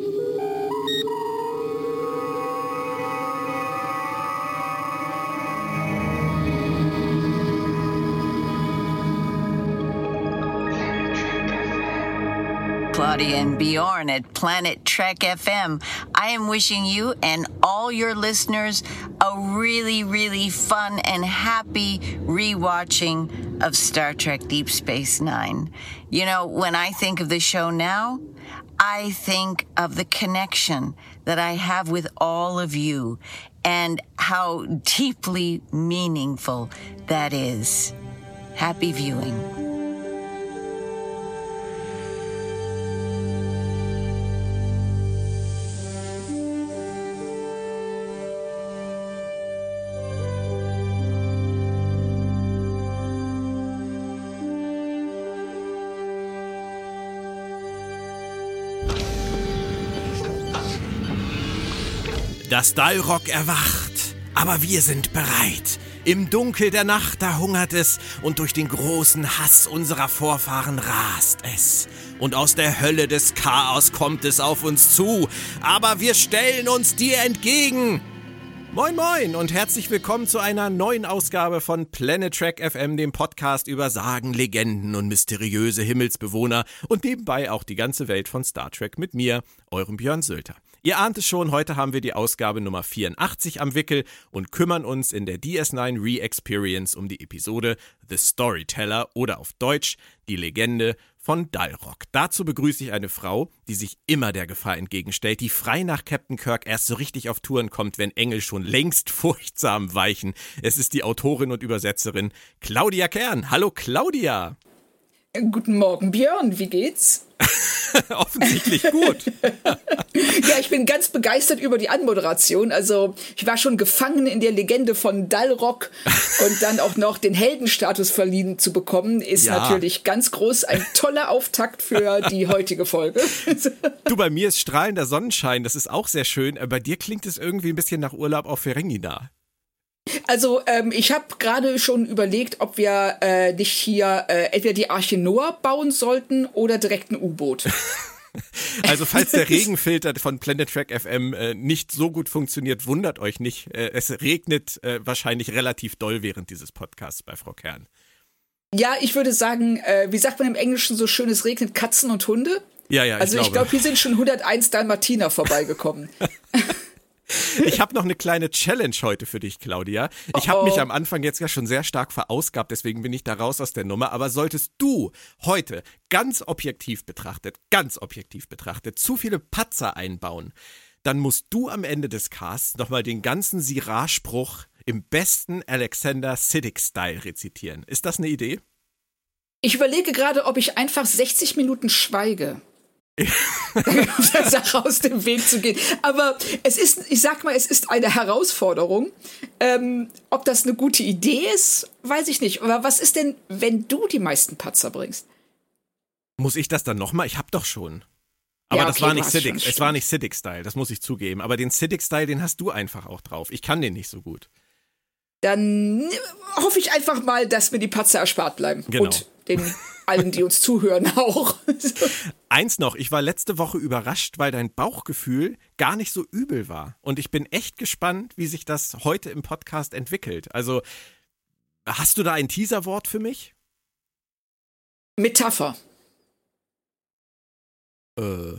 Claudia and Bjorn at Planet Trek FM. I am wishing you and all your listeners a really, really fun and happy rewatching of Star Trek Deep Space Nine. You know, when I think of the show now, I think of the connection that I have with all of you and how deeply meaningful that is. Happy viewing. Das Dal'Rok erwacht, aber wir sind bereit. Im Dunkel der Nacht, da hungert es und durch den großen Hass unserer Vorfahren rast es. Und aus der Hölle des Chaos kommt es auf uns zu, aber wir stellen uns dir entgegen. Moin moin und herzlich willkommen zu einer neuen Ausgabe von Planet Trek FM, dem Podcast über Sagen, Legenden und mysteriöse Himmelsbewohner und nebenbei auch die ganze Welt von Star Trek mit mir, eurem Björn Sülter. Ihr ahnt es schon, heute haben wir die Ausgabe Nummer 84 am Wickel und kümmern uns in der DS9 Re-Experience um die Episode The Storyteller oder auf Deutsch die Legende von Dal'Rok. Dazu begrüße ich eine Frau, die sich immer der Gefahr entgegenstellt, die frei nach Captain Kirk erst so richtig auf Touren kommt, wenn Engel schon längst furchtsam weichen. Es ist die Autorin und Übersetzerin Claudia Kern. Hallo Claudia! Guten Morgen Björn, wie geht's? Offensichtlich gut. Ja, ich bin ganz begeistert über die Anmoderation. Also ich war schon gefangen in der Legende von Dal'Rok und dann auch noch den Heldenstatus verliehen zu bekommen, ist natürlich ganz groß. Ein toller Auftakt für die heutige Folge. Du, bei mir ist strahlender Sonnenschein, das ist auch sehr schön. Bei dir klingt es irgendwie ein bisschen nach Urlaub auf Ferenginar. Also ich habe gerade schon überlegt, ob wir nicht hier entweder die Arche Noah bauen sollten oder direkt ein U-Boot. Also falls der Regenfilter von Planet Trek FM nicht so gut funktioniert, wundert euch nicht. Es regnet wahrscheinlich relativ doll während dieses Podcasts bei Frau Kern. Ja, ich würde sagen, wie sagt man im Englischen so schön, es regnet Katzen und Hunde? Ja, also ich glaube, hier sind schon 101 Dalmatiner vorbeigekommen. Ich habe noch eine kleine Challenge heute für dich, Claudia. Ich habe mich am Anfang jetzt ja schon sehr stark verausgabt, deswegen bin ich da raus aus der Nummer. Aber solltest du heute ganz objektiv betrachtet, zu viele Patzer einbauen, dann musst du am Ende des Casts nochmal den ganzen Syrah-Spruch im besten Alexander Siddig-Style rezitieren. Ist das eine Idee? Ich überlege gerade, ob ich einfach 60 Minuten schweige. Der Sache aus dem Weg zu gehen. Aber es ist eine Herausforderung. Ob das eine gute Idee ist, weiß ich nicht. Aber was ist denn, wenn du die meisten Patzer bringst? Muss ich das dann nochmal? Ich hab doch schon. Aber ja, okay, das war nicht Siddig. Es war nicht Siddig-Style, das muss ich zugeben. Aber den Siddig-Style, den hast du einfach auch drauf. Ich kann den nicht so gut. Dann hoffe ich einfach mal, dass mir die Patzer erspart bleiben. Genau. Und den allen, die uns zuhören, auch. Eins noch, ich war letzte Woche überrascht, weil dein Bauchgefühl gar nicht so übel war. Und ich bin echt gespannt, wie sich das heute im Podcast entwickelt. Also, hast du da ein Teaserwort für mich? Metapher. Du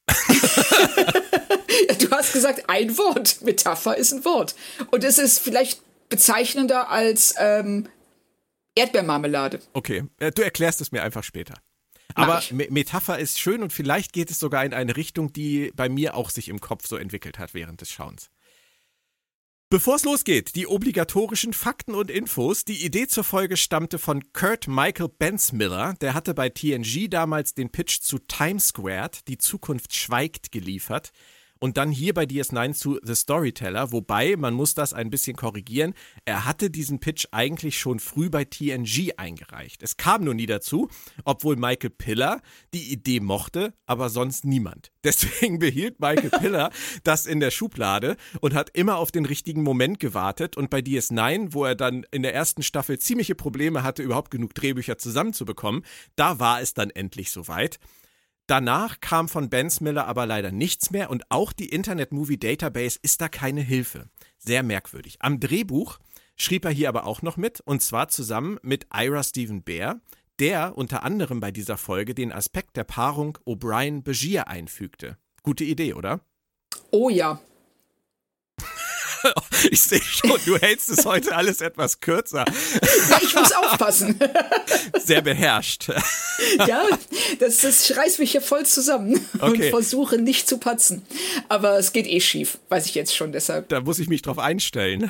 hast gesagt, ein Wort. Metapher ist ein Wort. Und es ist vielleicht bezeichnender als Erdbeermarmelade. Okay, du erklärst es mir einfach später. Aber Metapher ist schön und vielleicht geht es sogar in eine Richtung, die bei mir auch sich im Kopf so entwickelt hat während des Schauens. Bevor es losgeht, die obligatorischen Fakten und Infos. Die Idee zur Folge stammte von Kurt Michael Bensmiller. Der hatte bei TNG damals den Pitch zu Time Squared, die Zukunft schweigt, geliefert. Und dann hier bei DS9 zu The Storyteller, wobei, man muss das ein bisschen korrigieren, er hatte diesen Pitch eigentlich schon früh bei TNG eingereicht. Es kam nur nie dazu, obwohl Michael Piller die Idee mochte, aber sonst niemand. Deswegen behielt Michael Piller das in der Schublade und hat immer auf den richtigen Moment gewartet. Und bei DS9, wo er dann in der ersten Staffel ziemliche Probleme hatte, überhaupt genug Drehbücher zusammenzubekommen, da war es dann endlich soweit. Danach kam von Benz Miller aber leider nichts mehr und auch die Internet Movie Database ist da keine Hilfe. Sehr merkwürdig. Am Drehbuch schrieb er hier aber auch noch mit, und zwar zusammen mit Ira Steven Behr, der unter anderem bei dieser Folge den Aspekt der Paarung O'Brien-Bashir einfügte. Gute Idee, oder? Oh ja. Ich sehe schon, du hältst es heute alles etwas kürzer. Ja, ich muss aufpassen. Sehr beherrscht. Ja, das reißt mich hier voll zusammen und versuche nicht zu patzen. Aber es geht schief, weiß ich jetzt schon deshalb. Da muss ich mich drauf einstellen.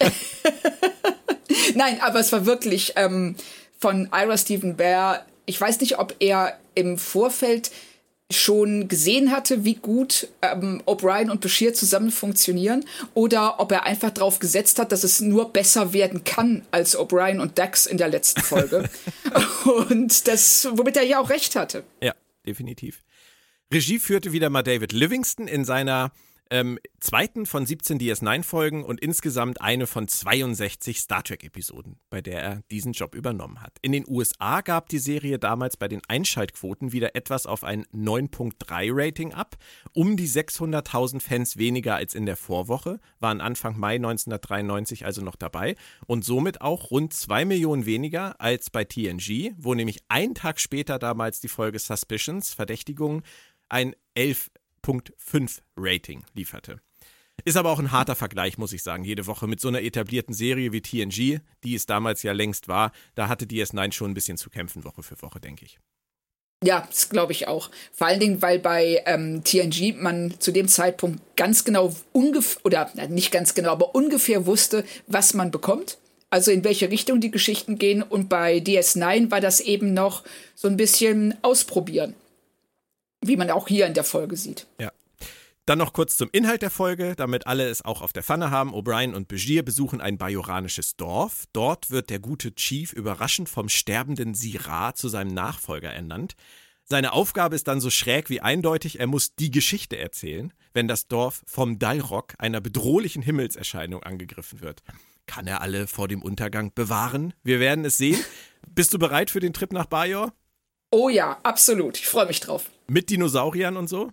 Nein, aber es war wirklich von Ira Steven Behr. Ich weiß nicht, ob er im Vorfeld schon gesehen hatte, wie gut O'Brien und Bashir zusammen funktionieren, oder ob er einfach drauf gesetzt hat, dass es nur besser werden kann als O'Brien und Dax in der letzten Folge. Und das, womit er ja auch recht hatte. Ja, definitiv. Regie führte wieder mal David Livingston in seiner zweiten von 17 DS9-Folgen und insgesamt eine von 62 Star Trek-Episoden, bei der er diesen Job übernommen hat. In den USA gab die Serie damals bei den Einschaltquoten wieder etwas auf ein 9.3-Rating ab. Um die 600.000 Fans weniger als in der Vorwoche, waren Anfang Mai 1993 also noch dabei und somit auch rund 2 Millionen weniger als bei TNG, wo nämlich einen Tag später damals die Folge Suspicions, Verdächtigungen, ein 11.5 Rating lieferte. Ist aber auch ein harter Vergleich, muss ich sagen, jede Woche mit so einer etablierten Serie wie TNG, die es damals ja längst war. Da hatte DS9 schon ein bisschen zu kämpfen, Woche für Woche, denke ich. Ja, das glaube ich auch. Vor allen Dingen, weil bei TNG man zu dem Zeitpunkt ganz genau nicht ganz genau, aber ungefähr wusste, was man bekommt. Also in welche Richtung die Geschichten gehen. Und bei DS9 war das eben noch so ein bisschen ausprobieren. Wie man auch hier in der Folge sieht. Ja. Dann noch kurz zum Inhalt der Folge, damit alle es auch auf der Pfanne haben. O'Brien und Bashir besuchen ein bajoranisches Dorf. Dort wird der gute Chief überraschend vom sterbenden Sirah zu seinem Nachfolger ernannt. Seine Aufgabe ist dann so schräg wie eindeutig, er muss die Geschichte erzählen, wenn das Dorf vom Dal'Rok, einer bedrohlichen Himmelserscheinung, angegriffen wird. Kann er alle vor dem Untergang bewahren? Wir werden es sehen. Bist du bereit für den Trip nach Bajor? Oh ja, absolut. Ich freue mich drauf. Mit Dinosauriern und so?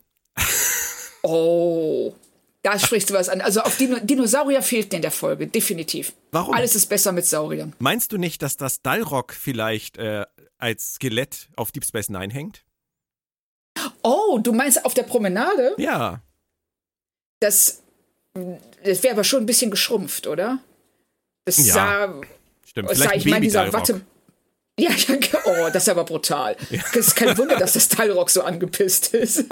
Oh, da sprichst du was an. Also auf Dinosaurier fehlten in der Folge, definitiv. Warum? Alles ist besser mit Sauriern. Meinst du nicht, dass das Dal'Rok vielleicht als Skelett auf Deep Space Nine hängt? Oh, du meinst auf der Promenade? Ja. Das wäre aber schon ein bisschen geschrumpft, oder? Das sah... Stimmt, vielleicht dieser Watte... Ja, oh, das ist aber brutal. Ja. Es ist kein Wunder, dass das Dal'Rok so angepisst ist.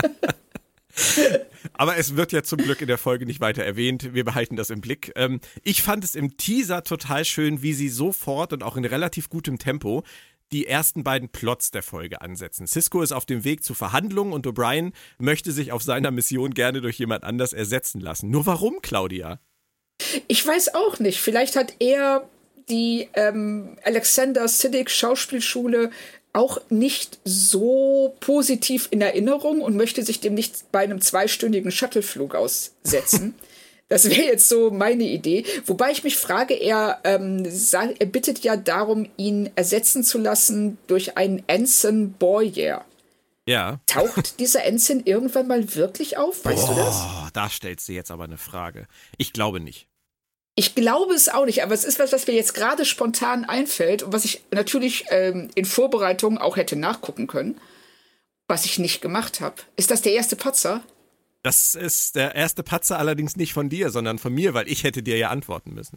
Aber es wird ja zum Glück in der Folge nicht weiter erwähnt. Wir behalten das im Blick. Ich fand es im Teaser total schön, wie sie sofort und auch in relativ gutem Tempo die ersten beiden Plots der Folge ansetzen. Sisko ist auf dem Weg zu Verhandlungen und O'Brien möchte sich auf seiner Mission gerne durch jemand anders ersetzen lassen. Nur warum, Claudia? Ich weiß auch nicht. Vielleicht hat er die Alexander Siddig Schauspielschule auch nicht so positiv in Erinnerung und möchte sich dem nicht bei einem 2-stündigen Shuttleflug aussetzen. Das wäre jetzt so meine Idee. Wobei ich mich frage, er bittet ja darum, ihn ersetzen zu lassen durch einen Ensign Boyer. Ja. Taucht dieser Ensign irgendwann mal wirklich auf? Weißt du das? Da stellst du jetzt aber eine Frage. Ich glaube nicht. Ich glaube es auch nicht, aber es ist was mir jetzt gerade spontan einfällt und was ich natürlich in Vorbereitung auch hätte nachgucken können, was ich nicht gemacht habe. Ist das der erste Patzer? Das ist der erste Patzer, allerdings nicht von dir, sondern von mir, weil ich hätte dir ja antworten müssen.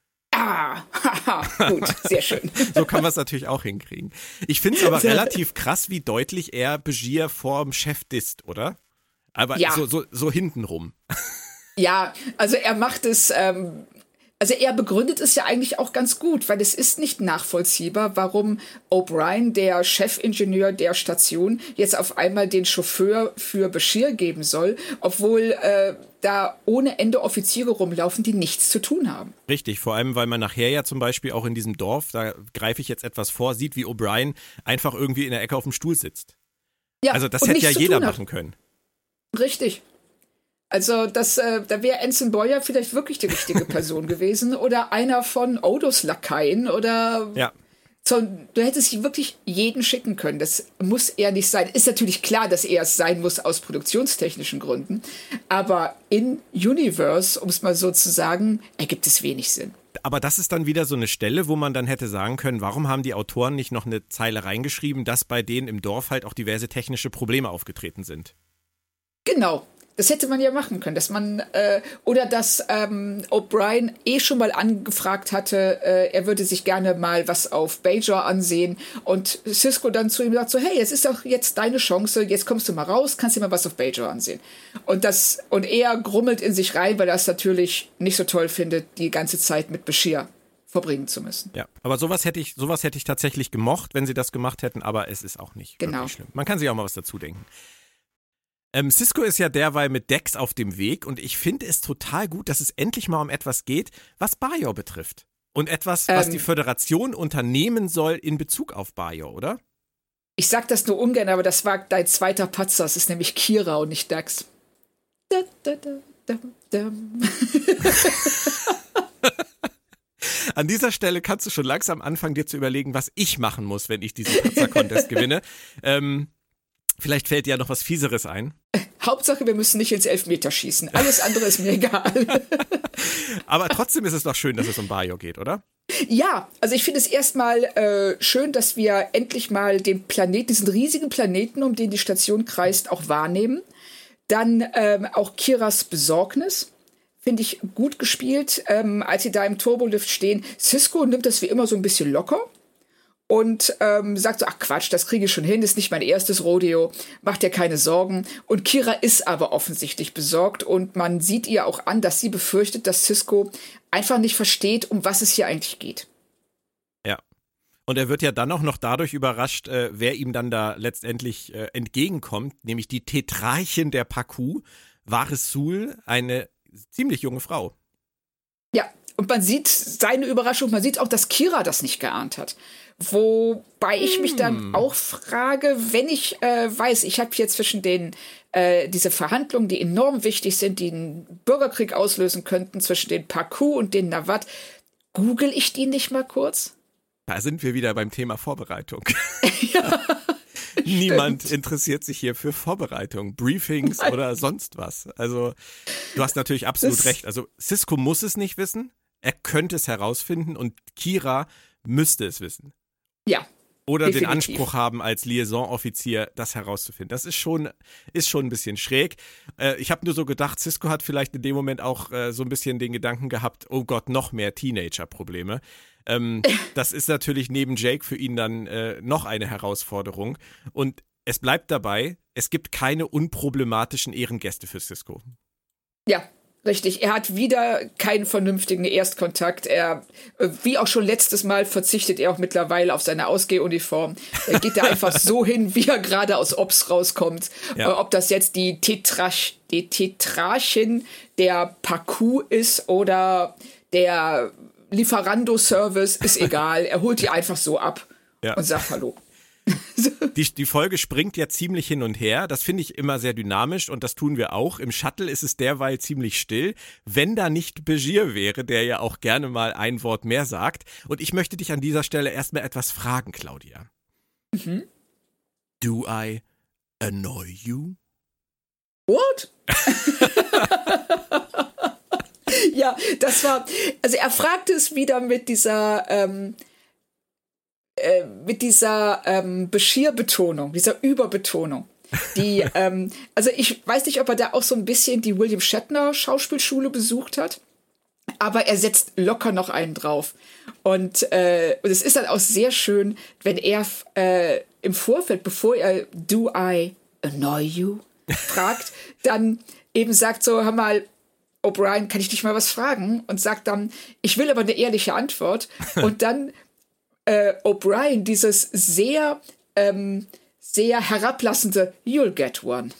Haha, gut, sehr schön. So kann man es natürlich auch hinkriegen. Ich finde es aber relativ krass, wie deutlich er Bashir vorm Chef disst, oder? Aber ja. so hintenrum. Ja, also er macht es, also er begründet es ja eigentlich auch ganz gut, weil es ist nicht nachvollziehbar, warum O'Brien, der Chefingenieur der Station, jetzt auf einmal den Chauffeur für Bashir geben soll, obwohl da ohne Ende Offiziere rumlaufen, die nichts zu tun haben. Richtig, vor allem, weil man nachher ja zum Beispiel auch in diesem Dorf, da greife ich jetzt etwas vor, sieht, wie O'Brien einfach irgendwie in der Ecke auf dem Stuhl sitzt. Ja, also das hätte ja jeder machen können. Richtig. Also da wäre Ensign Boyer vielleicht wirklich die richtige Person gewesen oder einer von Odos Lakaien oder Du hättest wirklich jeden schicken können. Das muss er nicht sein. Ist natürlich klar, dass er es sein muss aus produktionstechnischen Gründen. Aber in Universe, um es mal so zu sagen, ergibt es wenig Sinn. Aber das ist dann wieder so eine Stelle, wo man dann hätte sagen können, warum haben die Autoren nicht noch eine Zeile reingeschrieben, dass bei denen im Dorf halt auch diverse technische Probleme aufgetreten sind. Genau. Das hätte man ja machen können, dass man oder dass O'Brien schon mal angefragt hatte, er würde sich gerne mal was auf Bajor ansehen und Sisko dann zu ihm sagt so, hey, es ist doch jetzt deine Chance, jetzt kommst du mal raus, kannst dir mal was auf Bajor ansehen. Und er grummelt in sich rein, weil er es natürlich nicht so toll findet, die ganze Zeit mit Bashir verbringen zu müssen. Ja, aber sowas hätte ich tatsächlich gemocht, wenn sie das gemacht hätten, aber es ist auch nicht wirklich schlimm. Man kann sich auch mal was dazu denken. Sisko ist ja derweil mit Dex auf dem Weg und ich finde es total gut, dass es endlich mal um etwas geht, was Bajor betrifft. Und etwas, was die Föderation unternehmen soll in Bezug auf Bajor, oder? Ich sag das nur ungern, aber das war dein zweiter Patzer. Es ist nämlich Kira und nicht Dex. Da, da, da, da, da. An dieser Stelle kannst du schon langsam anfangen, dir zu überlegen, was ich machen muss, wenn ich diesen Patzer-Contest gewinne. Vielleicht fällt dir ja noch was Fieseres ein. Hauptsache, wir müssen nicht ins Elfmeterschießen. Alles andere ist mir egal. Aber trotzdem ist es doch schön, dass es um Bajor geht, oder? Ja, also ich finde es erstmal schön, dass wir endlich mal den Planeten, diesen riesigen Planeten, um den die Station kreist, auch wahrnehmen. Dann auch Kiras Besorgnis. Finde ich gut gespielt, als sie da im Turbolift stehen. Sisko nimmt das wie immer so ein bisschen locker. Und sagt so, ach Quatsch, das kriege ich schon hin, ist nicht mein erstes Rodeo, macht dir keine Sorgen. Und Kira ist aber offensichtlich besorgt und man sieht ihr auch an, dass sie befürchtet, dass Sisko einfach nicht versteht, um was es hier eigentlich geht. Ja. Und er wird ja dann auch noch dadurch überrascht, wer ihm dann da letztendlich entgegenkommt, nämlich die Tetrarchin der Paku, Varys Sul, eine ziemlich junge Frau. Ja, und man sieht seine Überraschung, man sieht auch, dass Kira das nicht geahnt hat. Wobei ich mich dann auch frage, wenn ich weiß, ich habe hier zwischen den diese Verhandlungen, die enorm wichtig sind, die einen Bürgerkrieg auslösen könnten, zwischen den Paku und den Nawat, google ich die nicht mal kurz? Da sind wir wieder beim Thema Vorbereitung. Ja, niemand interessiert sich hier für Vorbereitung, Briefings oder sonst was. Also du hast natürlich absolut recht. Also Sisko muss es nicht wissen, er könnte es herausfinden und Kira müsste es wissen. Ja. Oder definitiv den Anspruch haben, als Liaison-Offizier das herauszufinden. Das ist schon ein bisschen schräg. Ich habe nur so gedacht, Sisko hat vielleicht in dem Moment auch so ein bisschen den Gedanken gehabt, oh Gott, noch mehr Teenager-Probleme. Das ist natürlich neben Jake für ihn dann noch eine Herausforderung. Und es bleibt dabei, es gibt keine unproblematischen Ehrengäste für Sisko. Ja. Richtig, er hat wieder keinen vernünftigen Erstkontakt. Er, wie auch schon letztes Mal, verzichtet er auch mittlerweile auf seine Ausgehuniform. Er geht da einfach so hin, wie er gerade aus Ops rauskommt. Ja. Ob das jetzt die Tetrarchin der Paku ist oder der Lieferando-Service, ist egal. Er holt die einfach so ab und sagt Hallo. Die Folge springt ja ziemlich hin und her, das finde ich immer sehr dynamisch und das tun wir auch. Im Shuttle ist es derweil ziemlich still, wenn da nicht Bashir wäre, der ja auch gerne mal ein Wort mehr sagt. Und ich möchte dich an dieser Stelle erstmal etwas fragen, Claudia. Mhm. Do I annoy you? What? Ja, das war, also er fragte es wieder mit dieser Bashir-Betonung, dieser Überbetonung. Die, also ich weiß nicht, ob er da auch so ein bisschen die William Shatner Schauspielschule besucht hat, aber er setzt locker noch einen drauf. Und es ist dann auch sehr schön, wenn er im Vorfeld, bevor er Do I annoy you fragt, dann eben sagt so, hör mal, O'Brien, kann ich dich mal was fragen? Und sagt dann, ich will aber eine ehrliche Antwort. Und dann O'Brien dieses sehr herablassende You'll get one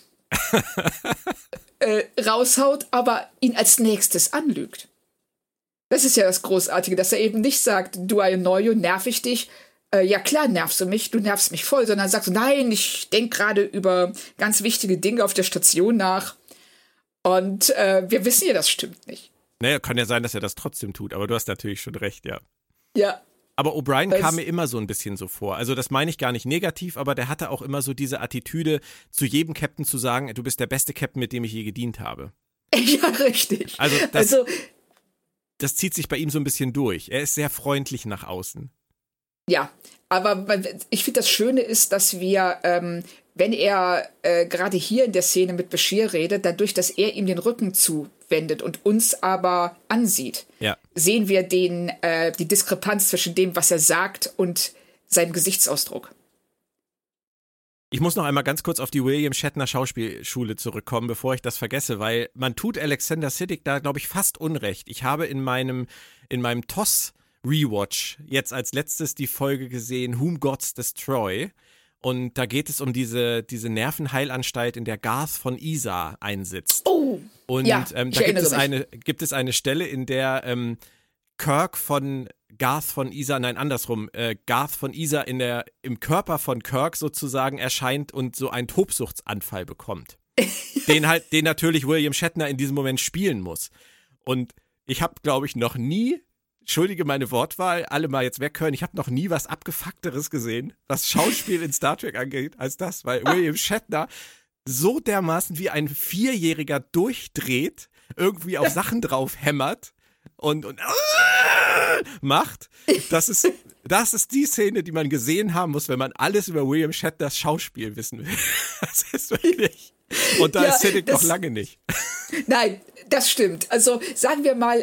raushaut, aber ihn als nächstes anlügt. Das ist ja das Großartige, dass er eben nicht sagt, do I annoy you, nerv ich dich? Ja klar, nervst du mich, du nervst mich voll, sondern sagst, nein, ich denke gerade über ganz wichtige Dinge auf der Station nach und wir wissen ja, das stimmt nicht. Naja, kann ja sein, dass er das trotzdem tut, aber du hast natürlich schon recht, ja. Ja. Aber O'Brien kam mir immer so ein bisschen so vor. Also das meine ich gar nicht negativ, aber der hatte auch immer so diese Attitüde, zu jedem Captain zu sagen, du bist der beste Captain, mit dem ich je gedient habe. Ja, richtig. Also das zieht sich bei ihm so ein bisschen durch. Er ist sehr freundlich nach außen. Ja, aber ich finde, das Schöne ist, dass wir, wenn er gerade hier in der Szene mit Bashir redet, dadurch, dass er ihm den Rücken zuwendet und uns aber ansieht, sehen wir die Diskrepanz zwischen dem, was er sagt und seinem Gesichtsausdruck. Ich muss noch einmal ganz kurz auf die William Shatner Schauspielschule zurückkommen, bevor ich das vergesse, weil man tut Alexander Siddig da, glaube ich, fast Unrecht. Ich habe in meinem TOS Rewatch jetzt als letztes die Folge gesehen, Whom Gods Destroy. Und da geht es um diese Nervenheilanstalt, in der Garth von Isa einsitzt. Oh, und ja, da gibt es eine Stelle, in der Kirk von Garth von Isa, nein, andersrum, Garth von Isa im Körper von Kirk sozusagen erscheint und so einen Tobsuchtsanfall bekommt. den natürlich William Shatner in diesem Moment spielen muss. Und ich habe, glaube ich, noch nie, entschuldige meine Wortwahl, alle mal jetzt weghören, ich habe noch nie was Abgefuckteres gesehen, was Schauspiel in Star Trek angeht, als das, weil William Shatner so dermaßen wie ein Vierjähriger durchdreht, irgendwie auf Sachen drauf hämmert und macht. Das ist die Szene, die man gesehen haben muss, wenn man alles über William Shatners Schauspiel wissen will. Das ist wirklich. Und da ist Siddig noch lange nicht. Nein, das stimmt. Also sagen wir mal,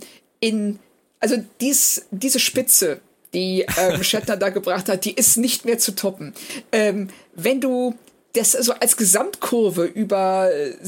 diese Spitze, die Shatner da gebracht hat, die ist nicht mehr zu toppen. Wenn du das so als Gesamtkurve über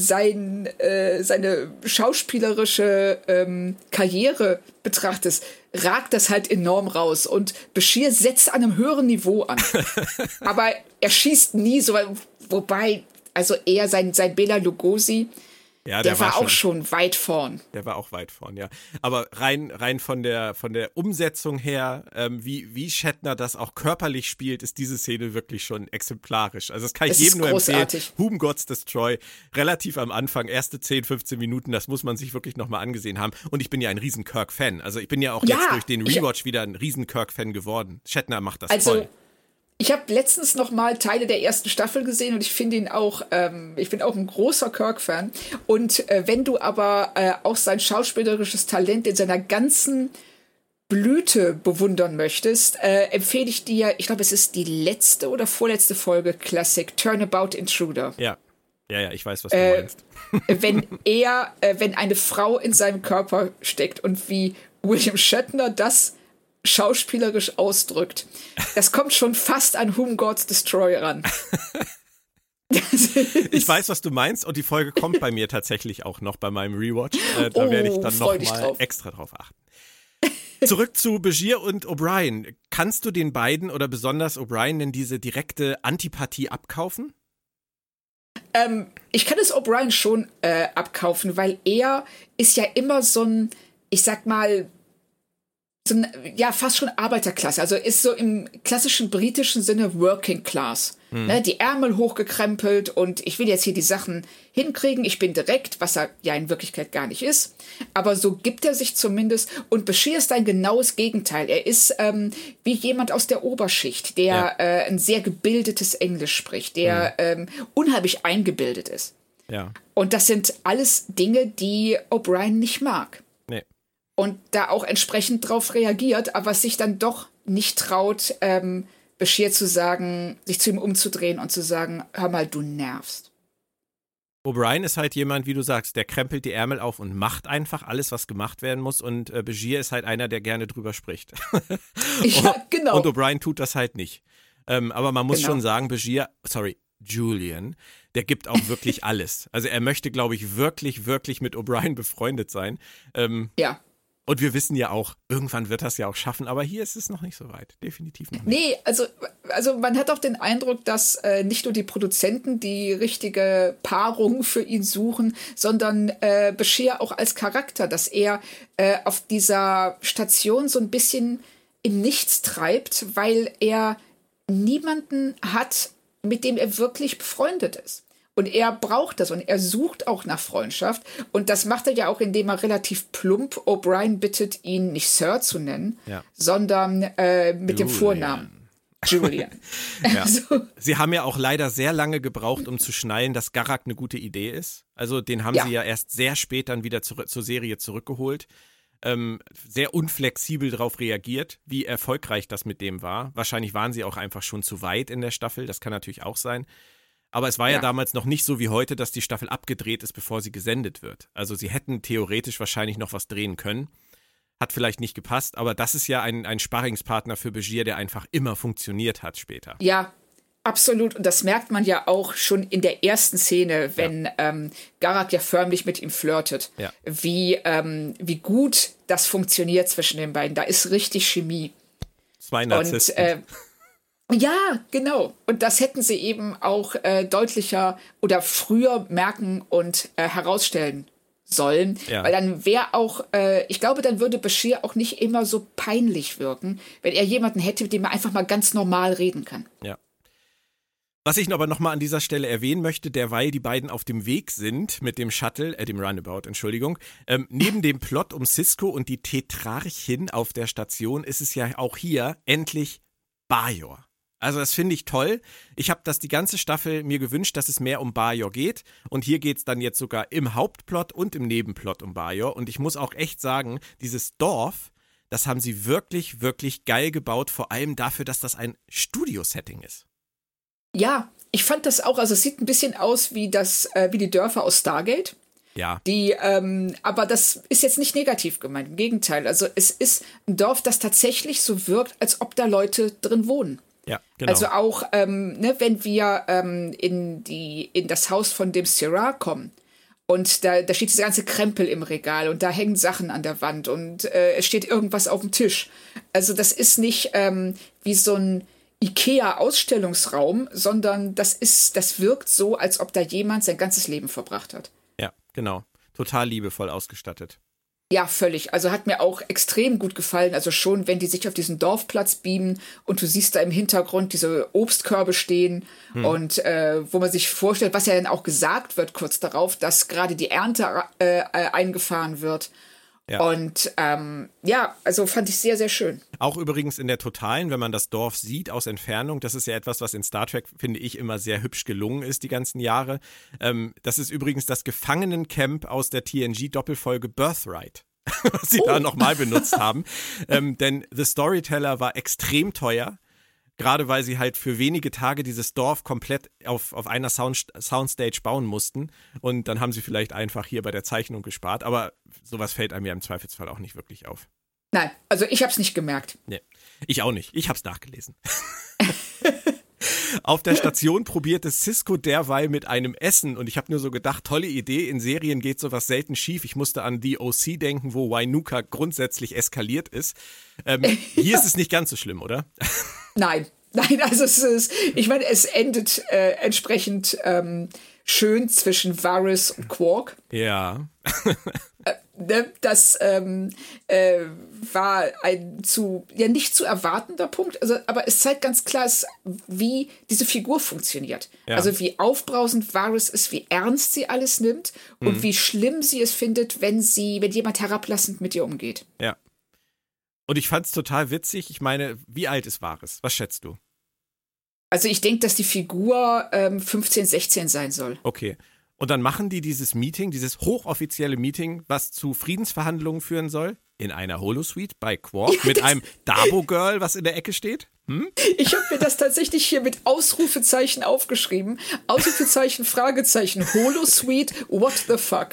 seine schauspielerische Karriere betrachtest, ragt das halt enorm raus. Und Bashir setzt an einem höheren Niveau an. Aber er schießt nie so, wobei, also eher sein Bela Lugosi, ja, der war auch schon weit vorn. Der war auch weit vorn, ja. Aber rein von der Umsetzung her, wie Shatner das auch körperlich spielt, ist diese Szene wirklich schon exemplarisch. Also das kann ich jedem nur empfehlen. Whom Gods Destroy, relativ am Anfang, erste 10, 15 Minuten, das muss man sich wirklich nochmal angesehen haben. Und ich bin ja ein riesen Kirk-Fan. Also ich bin ja auch jetzt durch den Rewatch wieder ein riesen Kirk-Fan geworden. Shatner macht das toll. Ich habe letztens noch mal Teile der ersten Staffel gesehen und ich finde ihn auch, ich bin auch ein großer Kirk-Fan. Und wenn du aber auch sein schauspielerisches Talent in seiner ganzen Blüte bewundern möchtest, empfehle ich dir, ich glaube, es ist die letzte oder vorletzte Folge Classic, Turnabout Intruder. Ja, ich weiß, was du meinst. Wenn eine Frau in seinem Körper steckt und wie William Shatner das schauspielerisch ausdrückt. Das kommt schon fast an Whom Gods Destroy ran. Ich weiß, was du meinst und die Folge kommt bei mir tatsächlich auch noch bei meinem Rewatch. Da werde ich dann noch mal extra drauf achten. Zurück zu Bashir und O'Brien. Kannst du den beiden oder besonders O'Brien denn diese direkte Antipathie abkaufen? Ich kann es O'Brien schon abkaufen, weil er ist ja immer so ein, ich sag mal, fast schon Arbeiterklasse. Also ist so im klassischen britischen Sinne Working Class. Ne, die Ärmel hochgekrempelt und ich will jetzt hier die Sachen hinkriegen. Ich bin direkt, was er ja in Wirklichkeit gar nicht ist. Aber so gibt er sich zumindest. Und Bashir ist ein genaues Gegenteil. Er ist wie jemand aus der Oberschicht, der ein sehr gebildetes Englisch spricht, der unheimlich eingebildet ist. Ja. Und das sind alles Dinge, die O'Brien nicht mag. Und da auch entsprechend drauf reagiert, aber sich dann doch nicht traut, Bashir zu sagen, sich zu ihm umzudrehen und zu sagen, hör mal, du nervst. O'Brien ist halt jemand, wie du sagst, der krempelt die Ärmel auf und macht einfach alles, was gemacht werden muss. Und Bashir ist halt einer, der gerne drüber spricht. Ja, genau. Und O'Brien tut das halt nicht. Aber man muss schon sagen, Julian, der gibt auch wirklich alles. Also er möchte, glaube ich, wirklich, wirklich mit O'Brien befreundet sein. Ja. Und wir wissen ja auch, irgendwann wird das ja auch schaffen, aber hier ist es noch nicht so weit. Definitiv noch nicht. Nee, also man hat auch den Eindruck, dass nicht nur die Produzenten die richtige Paarung für ihn suchen, sondern Bashir auch als Charakter, dass er auf dieser Station so ein bisschen im Nichts treibt, weil er niemanden hat, mit dem er wirklich befreundet ist. Und er braucht das und er sucht auch nach Freundschaft. Und das macht er ja auch, indem er relativ plump O'Brien bittet, ihn nicht Sir zu nennen, sondern mit dem Vornamen. Julian. Ja. Also. Sie haben ja auch leider sehr lange gebraucht, um zu schnallen, dass Garak eine gute Idee ist. Also den haben sie ja erst sehr spät dann wieder zur Serie zurückgeholt. Sehr unflexibel darauf reagiert, wie erfolgreich das mit dem war. Wahrscheinlich waren sie auch einfach schon zu weit in der Staffel, das kann natürlich auch sein. Aber es war ja damals noch nicht so wie heute, dass die Staffel abgedreht ist, bevor sie gesendet wird. Also sie hätten theoretisch wahrscheinlich noch was drehen können. Hat vielleicht nicht gepasst, aber das ist ja ein Sparringspartner für Begier, der einfach immer funktioniert hat später. Ja, absolut. Und das merkt man ja auch schon in der ersten Szene, wenn Garak ja förmlich mit ihm flirtet. Ja. Wie gut das funktioniert zwischen den beiden. Da ist richtig Chemie. 2 Narzissten. Ja, genau. Und das hätten sie eben auch deutlicher oder früher merken und herausstellen sollen. Ja. Weil dann wäre auch, ich glaube, dann würde Bashir auch nicht immer so peinlich wirken, wenn er jemanden hätte, mit dem er einfach mal ganz normal reden kann. Ja. Was ich aber nochmal an dieser Stelle erwähnen möchte, derweil die beiden auf dem Weg sind mit dem Shuttle, dem Runabout, Entschuldigung, neben dem Plot um Sisko und die Tetrarchin auf der Station ist es ja auch hier endlich Bajor. Also das finde ich toll. Ich habe das die ganze Staffel mir gewünscht, dass es mehr um Bajor geht. Und hier geht es dann jetzt sogar im Hauptplot und im Nebenplot um Bajor. Und ich muss auch echt sagen, dieses Dorf, das haben sie wirklich, wirklich geil gebaut. Vor allem dafür, dass das ein Studio-Setting ist. Ja, ich fand das auch. Also es sieht ein bisschen aus wie die Dörfer aus Stargate. Ja. Aber das ist jetzt nicht negativ gemeint. Im Gegenteil. Also es ist ein Dorf, das tatsächlich so wirkt, als ob da Leute drin wohnen. Ja, genau. Also auch, wenn wir in das Haus von dem Syrah kommen und da steht dieser ganze Krempel im Regal und da hängen Sachen an der Wand und es steht irgendwas auf dem Tisch. Also das ist nicht wie so ein IKEA-Ausstellungsraum, sondern das wirkt so, als ob da jemand sein ganzes Leben verbracht hat. Ja, genau. Total liebevoll ausgestattet. Ja, völlig. Also hat mir auch extrem gut gefallen. Also schon, wenn die sich auf diesen Dorfplatz beamen und du siehst da im Hintergrund diese Obstkörbe stehen und wo man sich vorstellt, was ja dann auch gesagt wird kurz darauf, dass gerade die Ernte eingefahren wird. Ja. Und also fand ich sehr, sehr schön. Auch übrigens in der Totalen, wenn man das Dorf sieht aus Entfernung, das ist ja etwas, was in Star Trek, finde ich, immer sehr hübsch gelungen ist die ganzen Jahre. Das ist übrigens das Gefangenencamp aus der TNG-Doppelfolge Birthright, was sie da nochmal benutzt haben. Denn The Storyteller war extrem teuer. Gerade weil sie halt für wenige Tage dieses Dorf komplett auf einer Soundstage bauen mussten. Und dann haben sie vielleicht einfach hier bei der Zeichnung gespart. Aber sowas fällt einem ja im Zweifelsfall auch nicht wirklich auf. Nein, also ich habe es nicht gemerkt. Nee, ich auch nicht. Ich habe es nachgelesen. Auf der Station probierte Sisko derweil mit einem Essen und ich habe nur so gedacht, tolle Idee, in Serien geht sowas selten schief. Ich musste an The O.C. denken, wo Wainuka grundsätzlich eskaliert ist. Hier ist es nicht ganz so schlimm, oder? Nein, also ich meine, es endet entsprechend schön zwischen Varys und Quark. Ja. Das war ein nicht zu erwartender Punkt, aber es zeigt ganz klar, wie diese Figur funktioniert. Ja. Also wie aufbrausend Varys ist, wie ernst sie alles nimmt und wie schlimm sie es findet, wenn jemand herablassend mit ihr umgeht. Ja. Und ich fand's total witzig. Ich meine, wie alt ist Varys? Was schätzt du? Also ich denke, dass die Figur 15, 16 sein soll. Okay. Und dann machen die dieses Meeting, dieses hochoffizielle Meeting, was zu Friedensverhandlungen führen soll, in einer Holosuite bei Quark mit einem Dabo-Girl, was in der Ecke steht. Ich habe mir das tatsächlich hier mit Ausrufezeichen aufgeschrieben. Ausrufezeichen, Fragezeichen, Holosuite, what the fuck?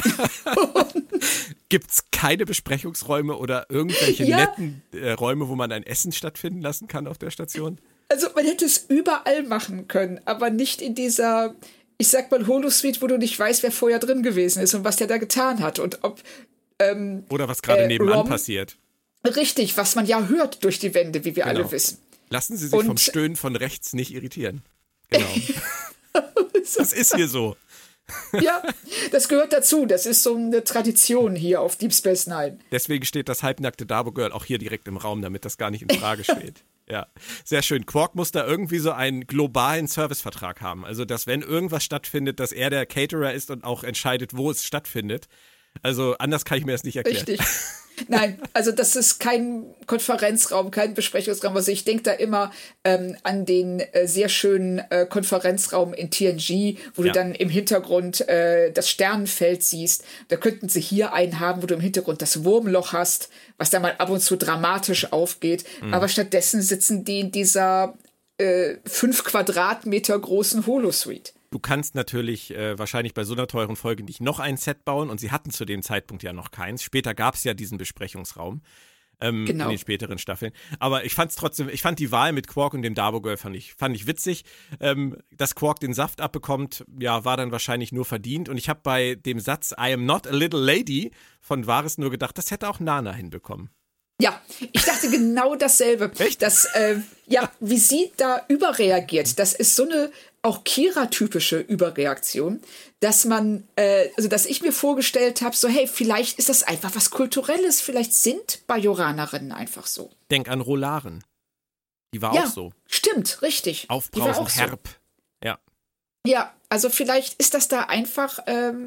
Gibt's keine Besprechungsräume oder irgendwelche netten Räume, wo man ein Essen stattfinden lassen kann auf der Station? Also man hätte es überall machen können, aber nicht in dieser, ich sag mal, Holosuite, wo du nicht weißt, wer vorher drin gewesen ist und was der da getan hat und ob oder was gerade nebenan passiert. Richtig, was man ja hört durch die Wände, wie wir alle wissen. Lassen Sie sich vom Stöhnen von rechts nicht irritieren. Genau. Das ist hier so. Ja, das gehört dazu. Das ist so eine Tradition hier auf Deep Space Nine. Deswegen steht das halbnackte Dabo-Girl auch hier direkt im Raum, damit das gar nicht in Frage steht. Ja, sehr schön. Quark muss da irgendwie so einen globalen Servicevertrag haben. Also, dass wenn irgendwas stattfindet, dass er der Caterer ist und auch entscheidet, wo es stattfindet. Also, anders kann ich mir das nicht erklären. Richtig. Nein, also das ist kein Konferenzraum, kein Besprechungsraum. Also ich denke da immer an den sehr schönen Konferenzraum in TNG, wo du dann im Hintergrund das Sternenfeld siehst. Da könnten sie hier einen haben, wo du im Hintergrund das Wurmloch hast, was da mal ab und zu dramatisch aufgeht. Aber stattdessen sitzen die in dieser 5 Quadratmeter großen Holosuite. Du kannst natürlich wahrscheinlich bei so einer teuren Folge nicht noch ein Set bauen und sie hatten zu dem Zeitpunkt ja noch keins. Später gab es ja diesen Besprechungsraum in den späteren Staffeln. Aber ich fand die Wahl mit Quark und dem Dabo Girl fand ich witzig. Dass Quark den Saft abbekommt, ja, war dann wahrscheinlich nur verdient. Und ich habe bei dem Satz I am not a little lady von Varys nur gedacht, das hätte auch Nana hinbekommen. Ja, ich dachte genau dasselbe. Echt? Dass, wie sie da überreagiert, das ist so eine auch Kira-typische Überreaktion, dass man, dass ich mir vorgestellt habe, so hey, vielleicht ist das einfach was Kulturelles, vielleicht sind Bajoranerinnen einfach so. Denk an Rolaren. Die war auch so. Stimmt, richtig. Aufbrausend, herb. So. Ja. Ja, also vielleicht ist das da einfach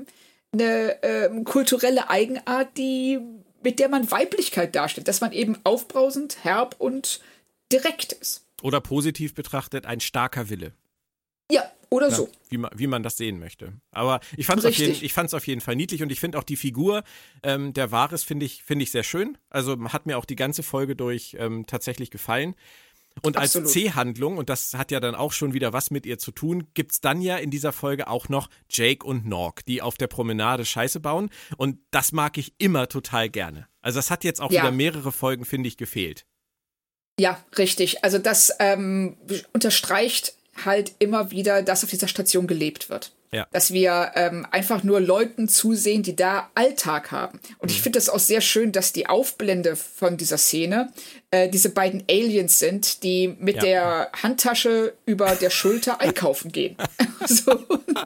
eine kulturelle Eigenart, mit der man Weiblichkeit darstellt, dass man eben aufbrausend, herb und direkt ist. Oder positiv betrachtet, ein starker Wille. Ja, oder so. Wie man das sehen möchte. Aber ich fand es auf jeden Fall niedlich und ich finde auch die Figur der Varys finde ich sehr schön. Also hat mir auch die ganze Folge durch tatsächlich gefallen. Und als C-Handlung, und das hat ja dann auch schon wieder was mit ihr zu tun, gibt's dann ja in dieser Folge auch noch Jake und Nog, die auf der Promenade Scheiße bauen. Und das mag ich immer total gerne. Also das hat jetzt auch wieder mehrere Folgen, finde ich, gefehlt. Ja, richtig. Also das unterstreicht halt immer wieder, dass auf dieser Station gelebt wird. Ja. Dass wir einfach nur Leuten zusehen, die da Alltag haben. Und ich finde das auch sehr schön, dass die Aufblende von dieser Szene diese beiden Aliens sind, die mit der Handtasche über der Schulter einkaufen gehen. So.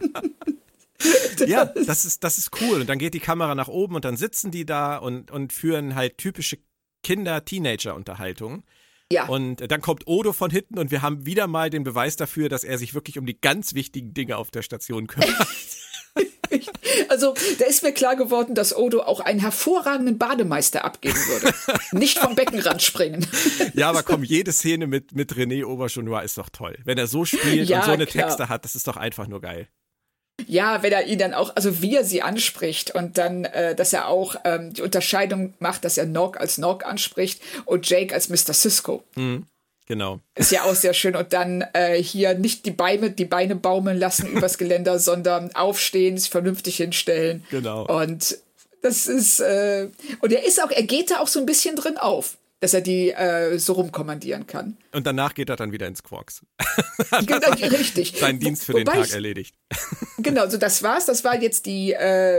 Ja, das ist cool. Und dann geht die Kamera nach oben und dann sitzen die da und führen halt typische Kinder-Teenager-Unterhaltungen. Ja. Und dann kommt Odo von hinten und wir haben wieder mal den Beweis dafür, dass er sich wirklich um die ganz wichtigen Dinge auf der Station kümmert. Also, da ist mir klar geworden, dass Odo auch einen hervorragenden Bademeister abgeben würde. Nicht vom Beckenrand springen. Ja, aber komm, jede Szene mit René Auberjonois ist doch toll. Wenn er so spielt und so eine Texte hat, das ist doch einfach nur geil. Ja, wenn er ihn dann auch, also wie er sie anspricht und dann, dass er auch die Unterscheidung macht, dass er Nog als Nog anspricht und Jake als Mr. Sisko. Mhm, genau. Ist ja auch sehr schön. Und dann hier nicht die Beine baumeln lassen übers Geländer, sondern aufstehen, sich vernünftig hinstellen. Genau. Und das ist, und er geht da auch so ein bisschen drin auf, dass er die so rumkommandieren kann. Und danach geht er dann wieder ins Quarks. Genau, richtig. Seinen Dienst für den Tag erledigt. Genau, so das war's. Das war jetzt die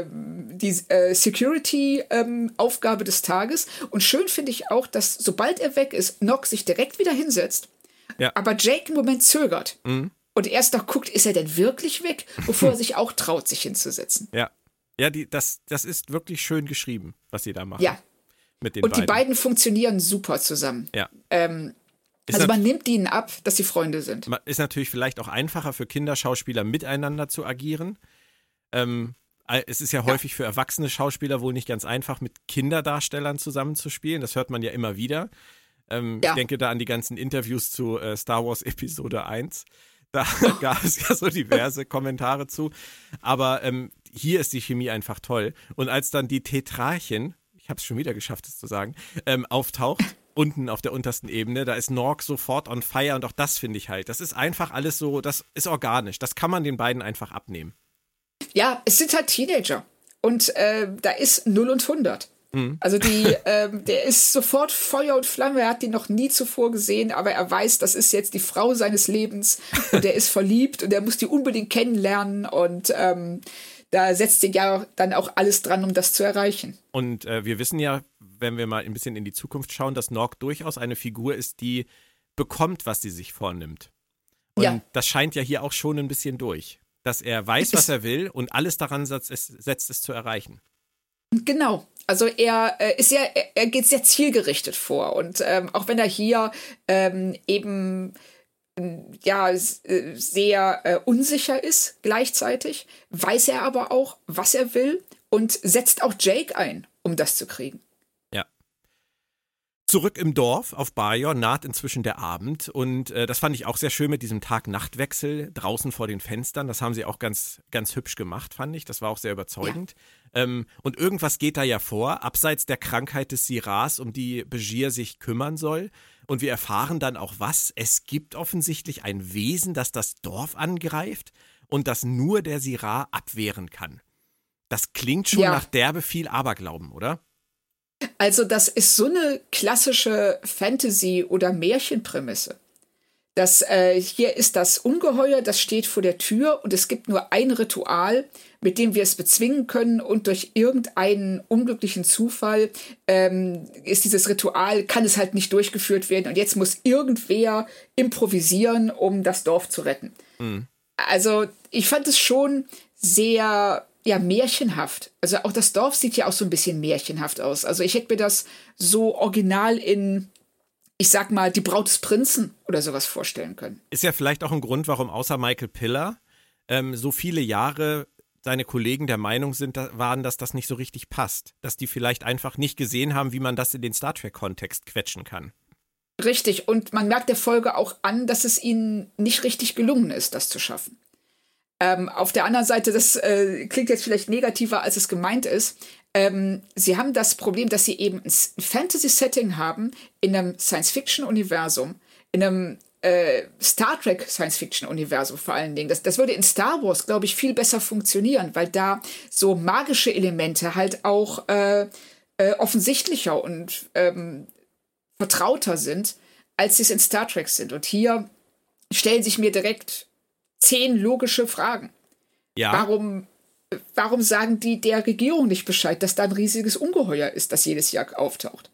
Security-Aufgabe des Tages. Und schön finde ich auch, dass sobald er weg ist, Nog sich direkt wieder hinsetzt. Ja. Aber Jake im Moment zögert. Mhm. Und erst noch guckt, ist er denn wirklich weg? Bevor er sich auch traut, sich hinzusetzen. Ja, das ist wirklich schön geschrieben, was sie da machen. Ja. Und die beiden funktionieren super zusammen. Ja. Also man nimmt ihnen ab, dass sie Freunde sind. Ist natürlich vielleicht auch einfacher für Kinderschauspieler miteinander zu agieren. Es ist ja häufig für erwachsene Schauspieler wohl nicht ganz einfach, mit Kinderdarstellern zusammenzuspielen. Das hört man ja immer wieder. Ich denke da an die ganzen Interviews zu Star Wars Episode 1. Da gab es ja so diverse Kommentare zu. Aber hier ist die Chemie einfach toll. Und als dann die Tetrarchin, ich habe es schon wieder geschafft, es zu sagen, auftaucht, unten auf der untersten Ebene, da ist Nog sofort on fire und auch das finde ich halt. Das ist einfach alles so, das ist organisch. Das kann man den beiden einfach abnehmen. Ja, es sind halt Teenager und da ist 0 und 100. Mhm. Also der ist sofort Feuer und Flamme, er hat die noch nie zuvor gesehen, aber er weiß, das ist jetzt die Frau seines Lebens und er ist verliebt und er muss die unbedingt kennenlernen und da setzt sich ja dann auch alles dran, um das zu erreichen. Und wir wissen ja, wenn wir mal ein bisschen in die Zukunft schauen, dass Nog durchaus eine Figur ist, die bekommt, was sie sich vornimmt. Und das scheint ja hier auch schon ein bisschen durch. Dass er weiß, was er will und alles daran setzt, es zu erreichen. Genau. Also er geht sehr zielgerichtet vor. Und auch wenn er hier eben sehr unsicher ist gleichzeitig, weiß er aber auch, was er will und setzt auch Jake ein, um das zu kriegen. Ja. Zurück im Dorf auf Bajor naht inzwischen der Abend und das fand ich auch sehr schön mit diesem Tag-Nacht-Wechsel draußen vor den Fenstern. Das haben sie auch ganz, ganz hübsch gemacht, fand ich. Das war auch sehr überzeugend. Ja. Und irgendwas geht da ja vor, abseits der Krankheit des Sirahs, um die Begier sich kümmern soll. Und wir erfahren dann auch was. Es gibt offensichtlich ein Wesen, das das Dorf angreift und das nur der Sirah abwehren kann. Das klingt schon nach derbe viel Aberglauben, oder? Also das ist so eine klassische Fantasy- oder Märchenprämisse. Hier ist das Ungeheuer, das steht vor der Tür und es gibt nur ein Ritual, mit dem wir es bezwingen können und durch irgendeinen unglücklichen Zufall ist dieses Ritual, kann es halt nicht durchgeführt werden und jetzt muss irgendwer improvisieren, um das Dorf zu retten. Mhm. Also ich fand es schon sehr märchenhaft. Also auch das Dorf sieht ja auch so ein bisschen märchenhaft aus. Also ich hätte mir das so original in, ich sag mal, die Braut des Prinzen oder sowas vorstellen können. Ist ja vielleicht auch ein Grund, warum außer Michael Piller so viele Jahre seine Kollegen der Meinung waren, dass das nicht so richtig passt. Dass die vielleicht einfach nicht gesehen haben, wie man das in den Star Trek-Kontext quetschen kann. Richtig. Und man merkt der Folge auch an, dass es ihnen nicht richtig gelungen ist, das zu schaffen. Auf der anderen Seite, das klingt jetzt vielleicht negativer, als es gemeint ist. Sie haben das Problem, dass sie eben ein Fantasy-Setting haben in einem Science-Fiction-Universum, in einem Star Trek Science-Fiction-Universum vor allen Dingen. Das würde in Star Wars, glaube ich, viel besser funktionieren, weil da so magische Elemente halt auch offensichtlicher und vertrauter sind, als sie es in Star Trek sind. Und hier stellen sich mir direkt 10 logische Fragen. Ja. Warum sagen die der Regierung nicht Bescheid, dass da ein riesiges Ungeheuer ist, das jedes Jahr auftaucht?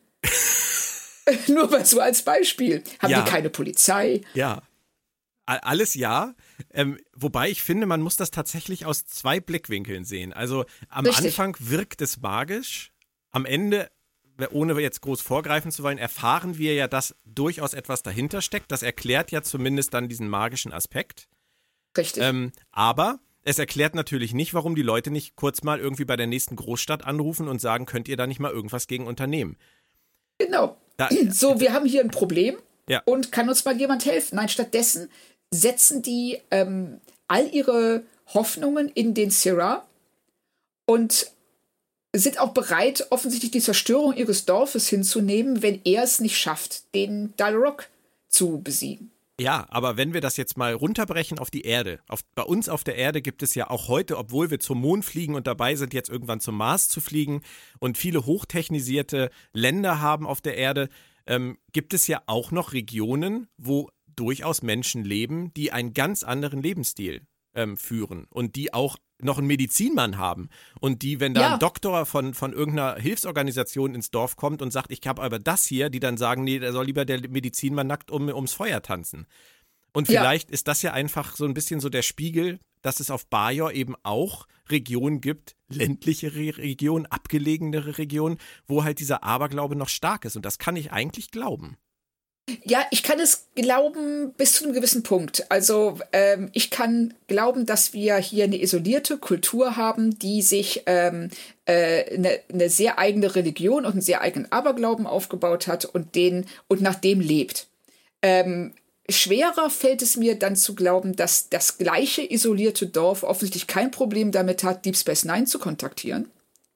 Nur mal so als Beispiel. Haben die keine Polizei? Ja. Alles ja. Wobei ich finde, man muss das tatsächlich aus 2 Blickwinkeln sehen. Also am Anfang wirkt es magisch. Am Ende, ohne jetzt groß vorgreifen zu wollen, erfahren wir ja, dass durchaus etwas dahinter steckt. Das erklärt ja zumindest dann diesen magischen Aspekt. Richtig. Aber es erklärt natürlich nicht, warum die Leute nicht kurz mal irgendwie bei der nächsten Großstadt anrufen und sagen, könnt ihr da nicht mal irgendwas gegen unternehmen? Genau. Wir haben hier ein Problem und kann uns mal jemand helfen? Nein, stattdessen setzen die all ihre Hoffnungen in den Sirah und sind auch bereit, offensichtlich die Zerstörung ihres Dorfes hinzunehmen, wenn er es nicht schafft, den Dal'Rok zu besiegen. Ja, aber wenn wir das jetzt mal runterbrechen auf die Erde, bei uns auf der Erde gibt es ja auch heute, obwohl wir zum Mond fliegen und dabei sind, jetzt irgendwann zum Mars zu fliegen und viele hochtechnisierte Länder haben auf der Erde, gibt es ja auch noch Regionen, wo durchaus Menschen leben, die einen ganz anderen Lebensstil führen und die auch noch einen Medizinmann haben und die, wenn da ein Doktor von irgendeiner Hilfsorganisation ins Dorf kommt und sagt, ich habe aber das hier, die dann sagen, nee, da soll lieber der Medizinmann nackt ums Feuer tanzen. Und vielleicht ist das ja einfach so ein bisschen so der Spiegel, dass es auf Bajor eben auch Regionen gibt, ländliche Regionen, abgelegenere Regionen, wo halt dieser Aberglaube noch stark ist. Und das kann ich eigentlich glauben. Ja, ich kann es glauben bis zu einem gewissen Punkt. Also ich kann glauben, dass wir hier eine isolierte Kultur haben, die sich eine sehr eigene Religion und einen sehr eigenen Aberglauben aufgebaut hat und nach dem lebt. Schwerer fällt es mir dann zu glauben, dass das gleiche isolierte Dorf offensichtlich kein Problem damit hat, Deep Space Nine zu kontaktieren,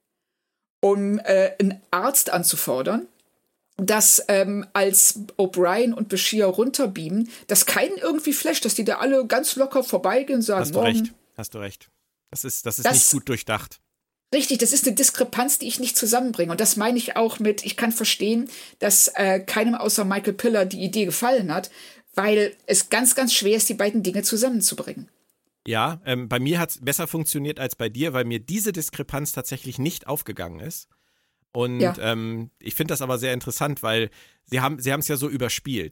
um einen Arzt anzufordern, dass als O'Brien und Bashir runterbeamen, dass keinen irgendwie flasht, dass die da alle ganz locker vorbeigehen und sagen, Hast du recht. Das ist nicht gut durchdacht. Richtig, das ist eine Diskrepanz, die ich nicht zusammenbringe. Und das meine ich auch mit, ich kann verstehen, dass keinem außer Michael Piller die Idee gefallen hat, weil es ganz, ganz schwer ist, die beiden Dinge zusammenzubringen. Ja, bei mir hat es besser funktioniert als bei dir, weil mir diese Diskrepanz tatsächlich nicht aufgegangen ist. Und ich finde das aber sehr interessant, weil sie haben es ja so überspielt.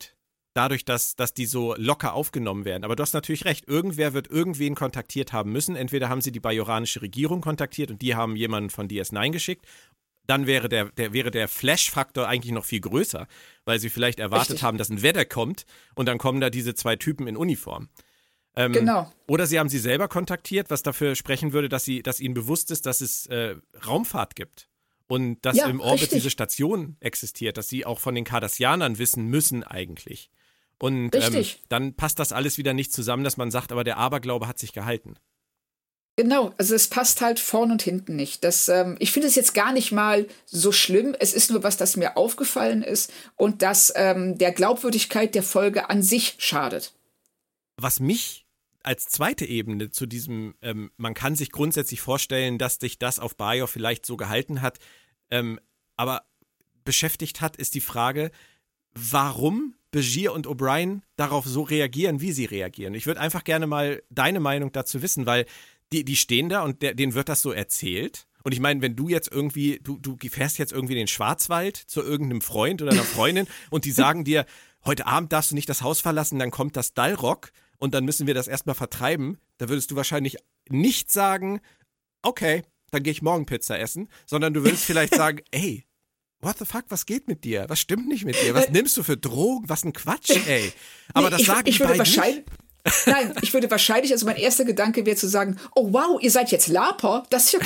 dadurch, dass die so locker aufgenommen werden. Aber du hast natürlich recht, irgendwer wird irgendwen kontaktiert haben müssen. Entweder haben sie die bajoranische Regierung kontaktiert und die haben jemanden von DS9 geschickt. Dann wäre der Flash-Faktor eigentlich noch viel größer, weil sie vielleicht erwartet haben, dass ein Wetter kommt und dann kommen da diese 2 Typen in Uniform. Genau. Oder sie haben sie selber kontaktiert, was dafür sprechen würde, dass ihnen bewusst ist, dass es Raumfahrt gibt. Und dass im Orbit diese Station existiert, dass sie auch von den Cardassianern wissen müssen eigentlich. Und dann passt das alles wieder nicht zusammen, dass man sagt, aber der Aberglaube hat sich gehalten. Genau, also es passt halt vorn und hinten nicht. Ich finde es jetzt gar nicht mal so schlimm. Es ist nur was, das mir aufgefallen ist und das der Glaubwürdigkeit der Folge an sich schadet. Was mich als zweite Ebene zu diesem, man kann sich grundsätzlich vorstellen, dass sich das auf Bajor vielleicht so gehalten hat, aber beschäftigt hat, ist die Frage, warum Bashir und O'Brien darauf so reagieren, wie sie reagieren. Ich würde einfach gerne mal deine Meinung dazu wissen, weil die stehen da und denen wird das so erzählt. Und ich meine, wenn du jetzt irgendwie, du fährst jetzt irgendwie in den Schwarzwald zu irgendeinem Freund oder einer Freundin und die sagen dir, heute Abend darfst du nicht das Haus verlassen, dann kommt das Dal'Rok und dann müssen wir das erstmal vertreiben, da würdest du wahrscheinlich nicht sagen, okay, dann gehe ich morgen Pizza essen, sondern du würdest vielleicht sagen, ey, what the fuck, was geht mit dir? Was stimmt nicht mit dir? Was nimmst du für Drogen? Was ein Quatsch, ey. Aber das sagen die beiden nicht. Nein, ich würde wahrscheinlich, also mein erster Gedanke wäre zu sagen, oh wow, ihr seid jetzt Laper, das ist ja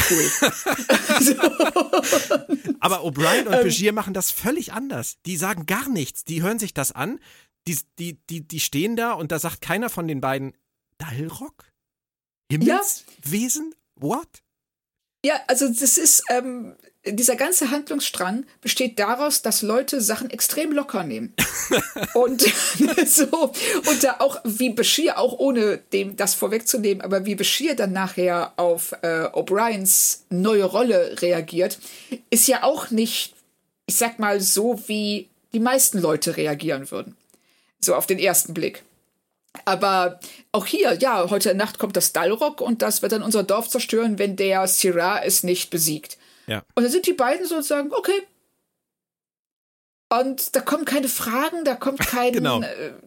cool. Aber O'Brien und Bashir machen das völlig anders. Die sagen gar nichts, die hören sich das an, die stehen da und da sagt keiner von den beiden, Dal'Rok? Himmelswesen? What? Ja, also das ist, dieser ganze Handlungsstrang besteht daraus, dass Leute Sachen extrem locker nehmen. Und und da auch, wie Bashir, auch ohne das vorwegzunehmen, aber wie Bashir dann nachher auf O'Briens neue Rolle reagiert, ist ja auch nicht, ich sag mal, so wie die meisten Leute reagieren würden. So auf den ersten Blick. Aber auch hier, ja, heute Nacht kommt das Dal'Rok und das wird dann unser Dorf zerstören, wenn der Syrah es nicht besiegt. Ja. Und dann sind die beiden so und sagen, okay. Und da kommen keine Fragen, da kommt keine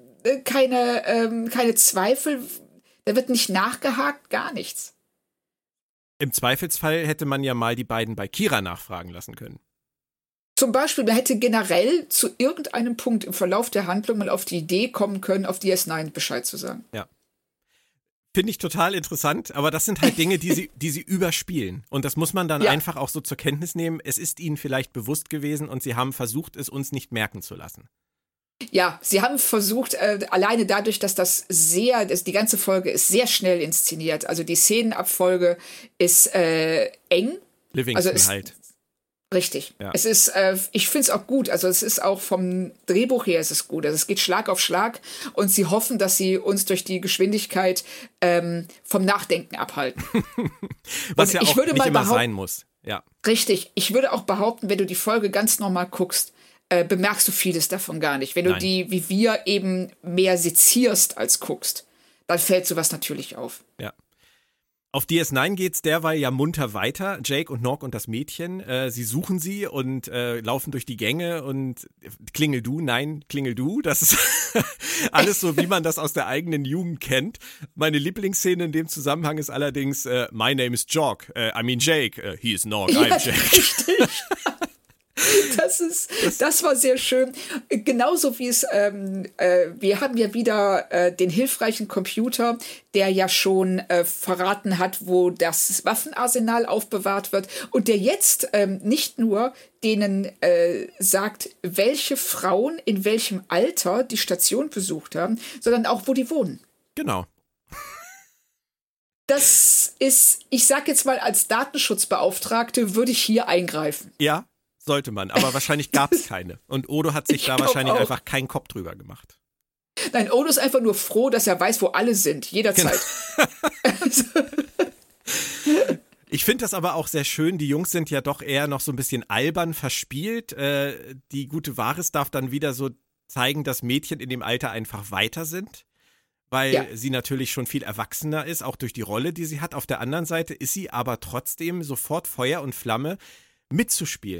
Zweifel, da wird nicht nachgehakt, gar nichts. Im Zweifelsfall hätte man ja mal die beiden bei Kira nachfragen lassen können. Zum Beispiel, man hätte generell zu irgendeinem Punkt im Verlauf der Handlung mal auf die Idee kommen können, auf DS9 Bescheid zu sagen. Ja. Finde ich total interessant, aber das sind halt Dinge, die sie überspielen. Und das muss man dann einfach auch so zur Kenntnis nehmen. Es ist ihnen vielleicht bewusst gewesen und sie haben versucht, es uns nicht merken zu lassen. Ja, sie haben versucht, alleine dadurch, dass die ganze Folge ist sehr schnell inszeniert. Also die Szenenabfolge ist eng. Livingston halt. Richtig. Ja. Es ist, ich finde es auch gut. Also es ist auch vom Drehbuch her ist es gut. Also es geht Schlag auf Schlag und sie hoffen, dass sie uns durch die Geschwindigkeit vom Nachdenken abhalten. Was ja auch nicht immer sein muss. Ja. Richtig. Ich würde auch behaupten, wenn du die Folge ganz normal guckst, bemerkst du vieles davon gar nicht. Wenn du die, wie wir, eben mehr sezierst als guckst, dann fällt sowas natürlich auf. Ja. Auf DS9 geht's derweil ja munter weiter. Jake und Nog und das Mädchen, sie suchen sie und laufen durch die Gänge und klingel du, nein, klingel du. Das ist alles so, wie man das aus der eigenen Jugend kennt. Meine Lieblingsszene in dem Zusammenhang ist allerdings My name is Jake, Jake, he is Nog, I'm Jake. Richtig. Das war sehr schön. Genauso wie es, wir haben ja wieder den hilfreichen Computer, der ja schon verraten hat, wo das Waffenarsenal aufbewahrt wird und der jetzt nicht nur denen sagt, welche Frauen in welchem Alter die Station besucht haben, sondern auch, wo die wohnen. Genau. Das ist, ich sag jetzt mal, als Datenschutzbeauftragte würde ich hier eingreifen. Ja. Sollte man, aber wahrscheinlich gab es keine. Und Odo hat sich da wahrscheinlich auch einfach keinen Kopf drüber gemacht. Nein, Odo ist einfach nur froh, dass er weiß, wo alle sind, jederzeit. Ich finde das aber auch sehr schön. Die Jungs sind ja doch eher noch so ein bisschen albern verspielt. Die gute Varys darf dann wieder so zeigen, dass Mädchen in dem Alter einfach weiter sind. Weil sie natürlich schon viel erwachsener ist, auch durch die Rolle, die sie hat. Auf der anderen Seite ist sie aber trotzdem sofort Feuer und Flamme mitzuspielen.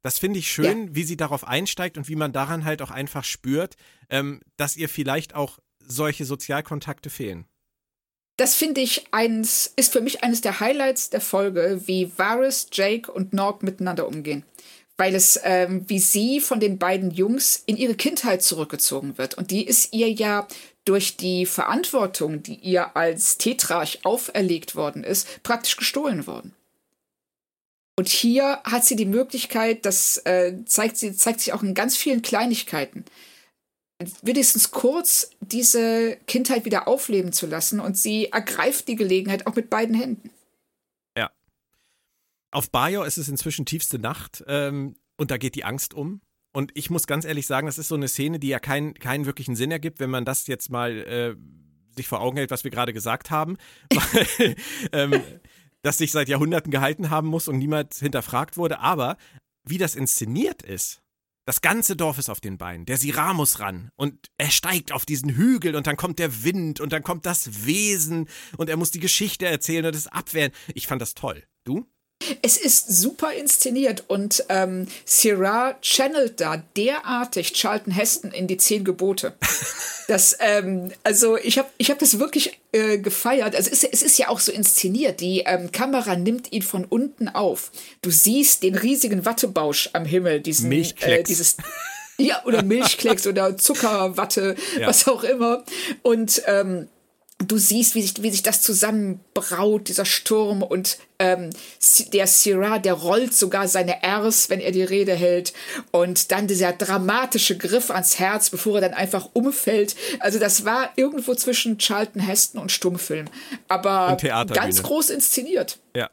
Das finde ich schön, wie sie darauf einsteigt und wie man daran halt auch einfach spürt, dass ihr vielleicht auch solche Sozialkontakte fehlen. Das finde ich ist für mich eines der Highlights der Folge, wie Varys, Jake und Nog miteinander umgehen. Weil es, wie sie von den beiden Jungs in ihre Kindheit zurückgezogen wird. Und die ist ihr ja durch die Verantwortung, die ihr als Tetrarch auferlegt worden ist, praktisch gestohlen worden. Und hier hat sie die Möglichkeit, das zeigt sich auch in ganz vielen Kleinigkeiten, wenigstens kurz diese Kindheit wieder aufleben zu lassen, und sie ergreift die Gelegenheit auch mit beiden Händen. Ja. Auf Bajor ist es inzwischen tiefste Nacht und da geht die Angst um. Und ich muss ganz ehrlich sagen, das ist so eine Szene, die ja keinen wirklichen Sinn ergibt, wenn man das jetzt mal sich vor Augen hält, was wir gerade gesagt haben. Weil das sich seit Jahrhunderten gehalten haben muss und niemand hinterfragt wurde. Aber wie das inszeniert ist, das ganze Dorf ist auf den Beinen, der Syrah muss ran und er steigt auf diesen Hügel und dann kommt der Wind und dann kommt das Wesen und er muss die Geschichte erzählen und es abwehren. Ich fand das toll. Du? Es ist super inszeniert und Syrah channelt da derartig Charlton Heston in die 10 Gebote. Das, also ich hab das wirklich gefeiert. Also es ist ja auch so inszeniert. Die Kamera nimmt ihn von unten auf. Du siehst den riesigen Wattebausch am Himmel, diesen Milchklecks. Ja, oder Milchklecks oder Zuckerwatte, was auch immer. Und du siehst, wie sich das zusammenbraut, dieser Sturm, und der Syrah, der rollt sogar seine Rs, wenn er die Rede hält, und dann dieser dramatische Griff ans Herz, bevor er dann einfach umfällt. Also das war irgendwo zwischen Charlton Heston und Stummfilm, aber ganz groß inszeniert. Ja.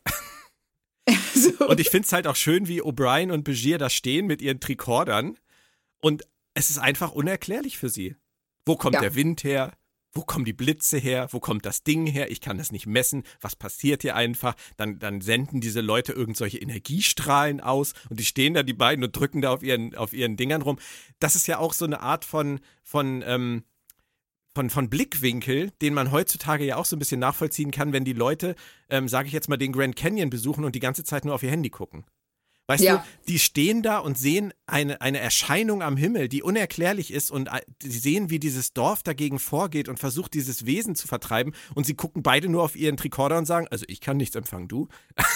So. Und ich finde es halt auch schön, wie O'Brien und Begier da stehen mit ihren Trikordern, und es ist einfach unerklärlich für sie. Wo kommt der Wind her? Wo kommen die Blitze her? Wo kommt das Ding her? Ich kann das nicht messen. Was passiert hier einfach? Dann senden diese Leute irgendwelche Energiestrahlen aus und die stehen da, die beiden, und drücken da auf ihren Dingern rum. Das ist ja auch so eine Art von Blickwinkel, den man heutzutage ja auch so ein bisschen nachvollziehen kann, wenn die Leute, sage ich jetzt mal, den Grand Canyon besuchen und die ganze Zeit nur auf ihr Handy gucken. Weißt du, die stehen da und sehen eine Erscheinung am Himmel, die unerklärlich ist, und sie sehen, wie dieses Dorf dagegen vorgeht und versucht, dieses Wesen zu vertreiben, und sie gucken beide nur auf ihren Trikorder und sagen, also ich kann nichts empfangen, du?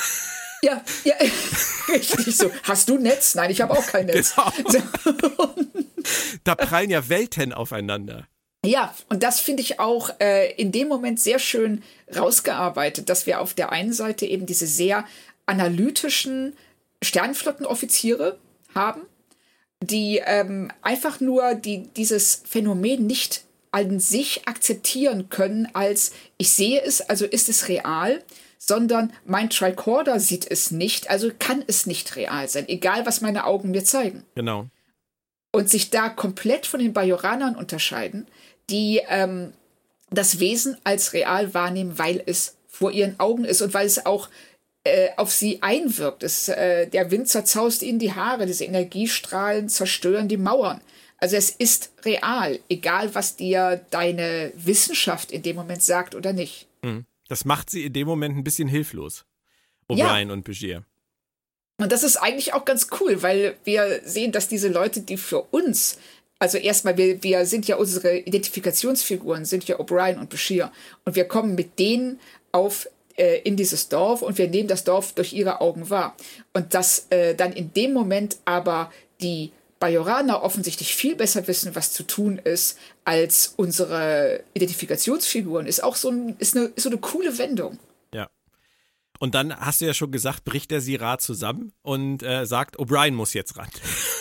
Ja, richtig so. Hast du Netz? Nein, ich habe auch kein Netz. Genau. Da prallen ja Welten aufeinander. Ja, und das finde ich auch in dem Moment sehr schön rausgearbeitet, dass wir auf der einen Seite eben diese sehr analytischen Sternenflottenoffiziere haben, die einfach nur dieses Phänomen nicht an sich akzeptieren können als, ich sehe es, also ist es real, sondern mein Tricorder sieht es nicht, also kann es nicht real sein, egal was meine Augen mir zeigen. Genau. Und sich da komplett von den Bajoranern unterscheiden, die das Wesen als real wahrnehmen, weil es vor ihren Augen ist und weil es auch auf sie einwirkt. Der Wind zerzaust ihnen die Haare, diese Energiestrahlen zerstören die Mauern. Also es ist real, egal was dir deine Wissenschaft in dem Moment sagt oder nicht. Das macht sie in dem Moment ein bisschen hilflos, O'Brien und Begier. Und das ist eigentlich auch ganz cool, weil wir sehen, dass diese Leute, die für uns, also erstmal, wir sind ja unsere Identifikationsfiguren, sind ja O'Brien und Begier, und wir kommen mit denen in dieses Dorf und wir nehmen das Dorf durch ihre Augen wahr. Und dass dann in dem Moment aber die Bajoraner offensichtlich viel besser wissen, was zu tun ist, als unsere Identifikationsfiguren, ist auch so eine coole Wendung. Ja. Und dann hast du ja schon gesagt, bricht der Syrah zusammen und sagt, O'Brien muss jetzt ran.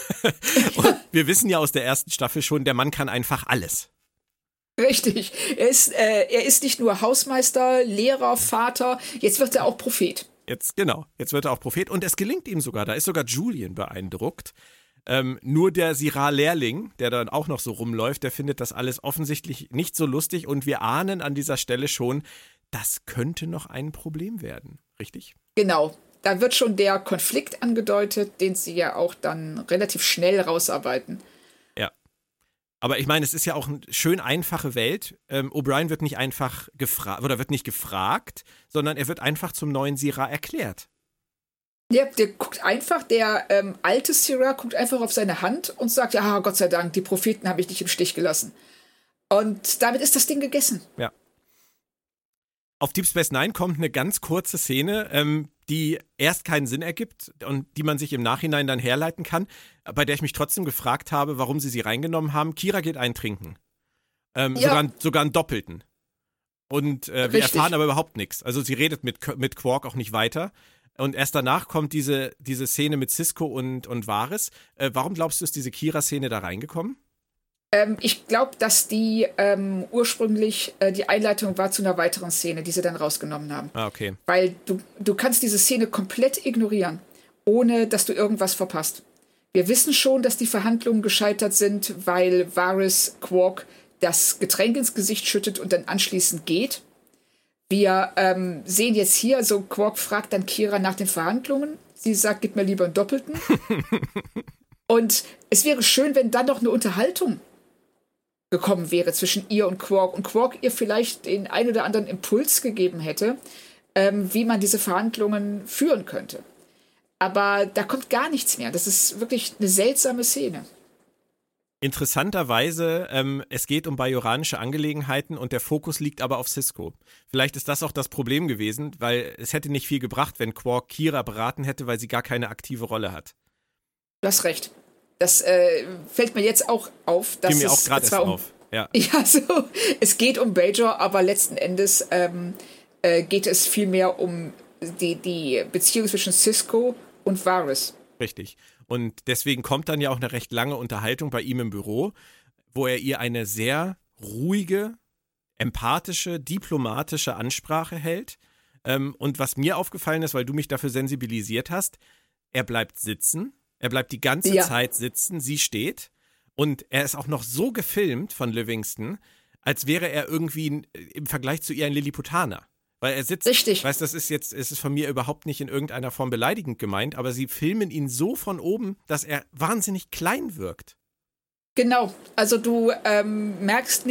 Und wir wissen ja aus der ersten Staffel schon, der Mann kann einfach alles. Richtig. Er ist nicht nur Hausmeister, Lehrer, Vater, jetzt wird er auch Prophet. Jetzt wird er auch Prophet, und es gelingt ihm sogar. Da ist sogar Julian beeindruckt. Nur der Syrah-Lehrling, der dann auch noch so rumläuft, der findet das alles offensichtlich nicht so lustig, und wir ahnen an dieser Stelle schon, das könnte noch ein Problem werden, richtig? Genau. Da wird schon der Konflikt angedeutet, den sie ja auch dann relativ schnell rausarbeiten. Aber ich meine, es ist ja auch eine schön einfache Welt. O'Brien wird nicht einfach gefragt, sondern er wird einfach zum neuen Syrah erklärt. Ja, der guckt einfach, der alte Syrah guckt einfach auf seine Hand und sagt, ja, Gott sei Dank, die Propheten habe ich nicht im Stich gelassen. Und damit ist das Ding gegessen. Ja. Auf Deep Space Nine kommt eine ganz kurze Szene, die erst keinen Sinn ergibt und die man sich im Nachhinein dann herleiten kann, bei der ich mich trotzdem gefragt habe, warum sie reingenommen haben. Kira geht eintrinken. Sogar einen Doppelten. Und wir erfahren aber überhaupt nichts. Also sie redet mit Quark auch nicht weiter. Und erst danach kommt diese Szene mit Sisko und Varys. Warum glaubst du, ist diese Kira-Szene da reingekommen? Ich glaube, dass die ursprünglich die Einleitung war zu einer weiteren Szene, die sie dann rausgenommen haben. Ah, okay. Weil du kannst diese Szene komplett ignorieren, ohne dass du irgendwas verpasst. Wir wissen schon, dass die Verhandlungen gescheitert sind, weil Varys Quark das Getränk ins Gesicht schüttet und dann anschließend geht. Wir sehen jetzt hier, also Quark fragt dann Kira nach den Verhandlungen. Sie sagt, gib mir lieber einen Doppelten. Und es wäre schön, wenn dann noch eine Unterhaltung gekommen wäre zwischen ihr und Quark ihr vielleicht den ein oder anderen Impuls gegeben hätte, wie man diese Verhandlungen führen könnte. Aber da kommt gar nichts mehr. Das ist wirklich eine seltsame Szene. Interessanterweise, es geht um bajoranische Angelegenheiten und der Fokus liegt aber auf Sisko. Vielleicht ist das auch das Problem gewesen, weil es hätte nicht viel gebracht, wenn Quark Kira beraten hätte, weil sie gar keine aktive Rolle hat. Du hast recht. Das fällt mir jetzt auch auf. Dass Fiel mir auch gerade erst auf. Ja, so, es geht um Bajor, aber letzten Endes geht es vielmehr um die Beziehung zwischen Sisko und Varys. Richtig. Und deswegen kommt dann ja auch eine recht lange Unterhaltung bei ihm im Büro, wo er ihr eine sehr ruhige, empathische, diplomatische Ansprache hält. Und was mir aufgefallen ist, weil du mich dafür sensibilisiert hast, er bleibt sitzen, er bleibt die ganze Zeit sitzen, sie steht. Und er ist auch noch so gefilmt von Livingston, als wäre er irgendwie im Vergleich zu ihr ein Lilliputaner. Weil er sitzt, richtig. Weißt, es ist von mir überhaupt nicht in irgendeiner Form beleidigend gemeint, aber sie filmen ihn so von oben, dass er wahnsinnig klein wirkt. Genau, also du merkst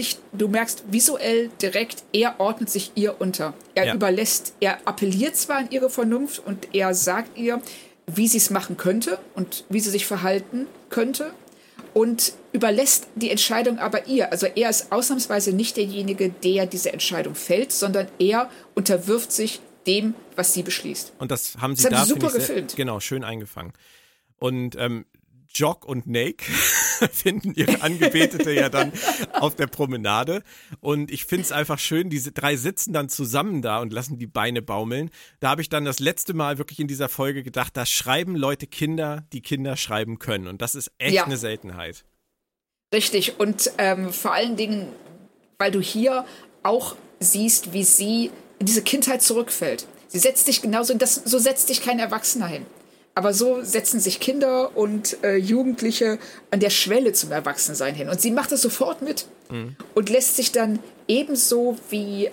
visuell direkt, er ordnet sich ihr unter. Er appelliert zwar an ihre Vernunft und er sagt ihr, wie sie es machen könnte und wie sie sich verhalten könnte und überlässt die Entscheidung aber ihr. Also er ist ausnahmsweise nicht derjenige, der diese Entscheidung fällt, sondern er unterwirft sich dem, was sie beschließt. Und das haben sie da super gefilmt. Genau, schön eingefangen. Und Jock und Nake finden ihre Angebetete ja dann auf der Promenade. Und ich finde es einfach schön, diese drei sitzen dann zusammen da und lassen die Beine baumeln. Da habe ich dann das letzte Mal wirklich in dieser Folge gedacht, da schreiben Leute Kinder, die Kinder schreiben können. Und das ist echt eine Seltenheit. Richtig. Und vor allen Dingen, weil du hier auch siehst, wie sie in diese Kindheit zurückfällt. Sie setzt sich genauso, so setzt sich kein Erwachsener hin. Aber so setzen sich Kinder und Jugendliche an der Schwelle zum Erwachsensein hin. Und sie macht das sofort mit und lässt sich dann ebenso wie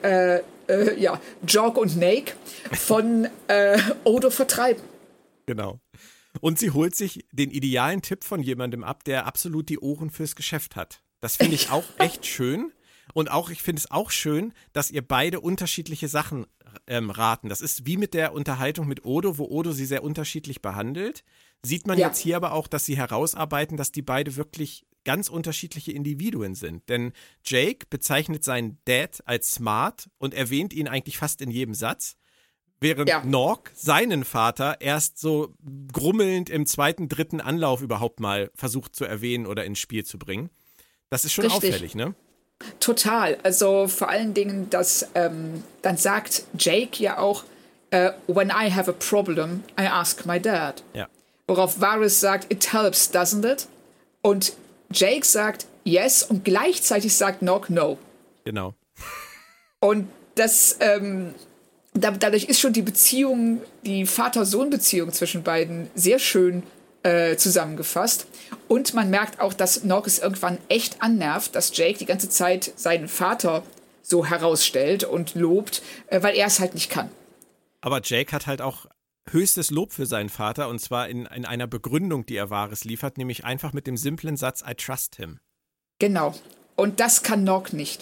Jorg und Nake von Odo vertreiben. Genau. Und sie holt sich den idealen Tipp von jemandem ab, der absolut die Ohren fürs Geschäft hat. Das finde ich auch echt schön. Und auch, ich finde es auch schön, dass ihr beide unterschiedliche Sachen raten. Das ist wie mit der Unterhaltung mit Odo, wo Odo sie sehr unterschiedlich behandelt. Sieht man jetzt hier aber auch, dass sie herausarbeiten, dass die beide wirklich ganz unterschiedliche Individuen sind. Denn Jake bezeichnet seinen Dad als smart und erwähnt ihn eigentlich fast in jedem Satz. Während Nog seinen Vater erst so grummelnd im zweiten, dritten Anlauf überhaupt mal versucht zu erwähnen oder ins Spiel zu bringen. Das ist schon auffällig, ne? Total. Also vor allen Dingen, dass dann sagt Jake ja auch, when I have a problem, I ask my dad. Ja. Worauf Varys sagt, it helps, doesn't it? Und Jake sagt, yes, und gleichzeitig sagt Nog, no. Genau. Und das, dadurch ist schon die Beziehung, die Vater-Sohn-Beziehung zwischen beiden sehr schön zusammengefasst. Und man merkt auch, dass Nog es irgendwann echt annervt, dass Jake die ganze Zeit seinen Vater so herausstellt und lobt, weil er es halt nicht kann. Aber Jake hat halt auch höchstes Lob für seinen Vater und zwar in einer Begründung, die er Wahres liefert, nämlich einfach mit dem simplen Satz I trust him. Genau. Und das kann Nog nicht.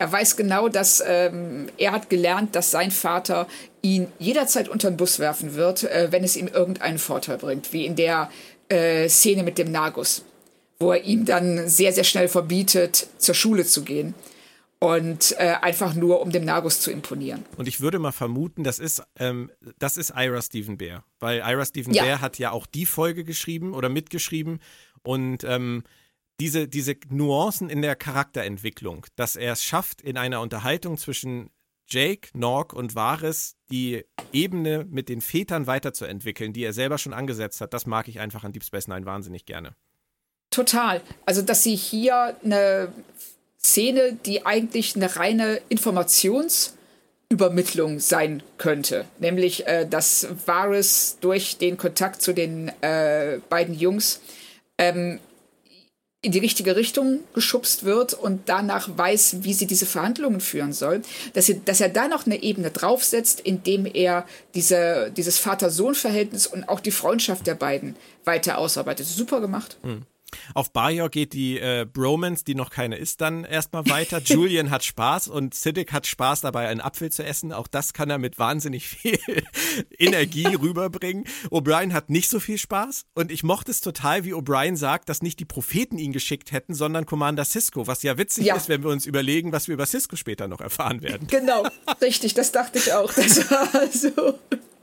Er weiß genau, dass er hat gelernt, dass sein Vater ihn jederzeit unter den Bus werfen wird, wenn es ihm irgendeinen Vorteil bringt, wie in der Szene mit dem Nagus, wo er ihm dann sehr, sehr schnell verbietet, zur Schule zu gehen. Und einfach nur, um dem Nagus zu imponieren. Und ich würde mal vermuten, das ist Ira Steven Behr. Weil Ira Steven Behr hat ja auch die Folge geschrieben oder mitgeschrieben. Und diese Nuancen in der Charakterentwicklung, dass er es schafft, in einer Unterhaltung zwischen Jake, Nog und Varys die Ebene mit den Vätern weiterzuentwickeln, die er selber schon angesetzt hat, das mag ich einfach an Deep Space Nine wahnsinnig gerne. Total. Also, dass sie hier eine Szene, die eigentlich eine reine Informationsübermittlung sein könnte. Nämlich, dass Varys durch den Kontakt zu den beiden Jungs in die richtige Richtung geschubst wird und danach weiß, wie sie diese Verhandlungen führen soll. Dass er da noch eine Ebene draufsetzt, indem er dieses Vater-Sohn-Verhältnis und auch die Freundschaft der beiden weiter ausarbeitet. Super gemacht. Auf Bajor geht die Bromance, die noch keine ist, dann erstmal weiter. Julian hat Spaß und Siddiq hat Spaß dabei, einen Apfel zu essen. Auch das kann er mit wahnsinnig viel Energie rüberbringen. O'Brien hat nicht so viel Spaß und ich mochte es total, wie O'Brien sagt, dass nicht die Propheten ihn geschickt hätten, sondern Commander Sisko, was ja witzig ist, wenn wir uns überlegen, was wir über Sisko später noch erfahren werden. Genau, richtig, das dachte ich auch. Das war so.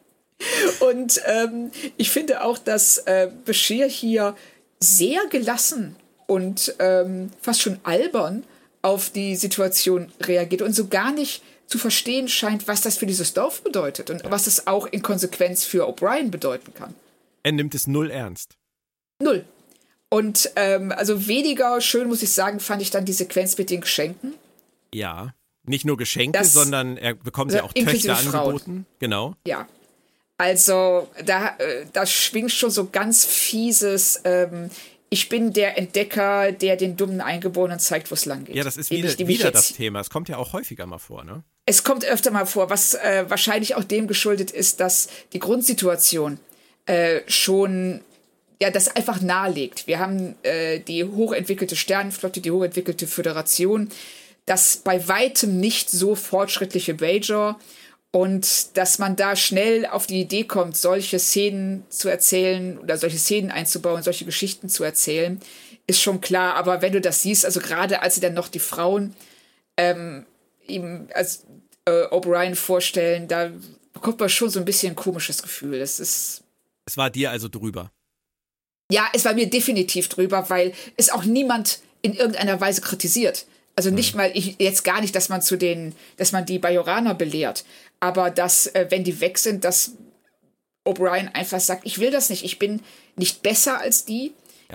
Und ich finde auch, dass Bashir hier sehr gelassen und fast schon albern auf die Situation reagiert und so gar nicht zu verstehen scheint, was das für dieses Dorf bedeutet und was es auch in Konsequenz für O'Brien bedeuten kann. Er nimmt es null ernst. Null. Und also weniger schön, muss ich sagen, fand ich dann die Sequenz mit den Geschenken. Ja, nicht nur Geschenke, sondern er bekommt ja auch Töchter angeboten. Genau. Ja. Also, da schwingt schon so ganz fieses, ich bin der Entdecker, der den dummen Eingeborenen zeigt, wo es lang geht. Ja, das ist wieder das Thema. Es kommt ja auch häufiger mal vor, ne? Es kommt öfter mal vor, was wahrscheinlich auch dem geschuldet ist, dass die Grundsituation schon das einfach nahelegt. Wir haben die hochentwickelte Sternenflotte, die hochentwickelte Föderation, das bei weitem nicht so fortschrittliche Bajor. Und dass man da schnell auf die Idee kommt, solche Szenen zu erzählen oder solche Szenen einzubauen, solche Geschichten zu erzählen, ist schon klar. Aber wenn du das siehst, also gerade als sie dann noch die Frauen ihm als O'Brien vorstellen, da bekommt man schon so ein bisschen ein komisches Gefühl. Es war dir also drüber? Ja, es war mir definitiv drüber, weil es auch niemand in irgendeiner Weise kritisiert. Also nicht mal, jetzt gar nicht, dass man die Bajoraner belehrt, aber dass, wenn die weg sind, dass O'Brien einfach sagt, ich will das nicht, ich bin nicht besser als die,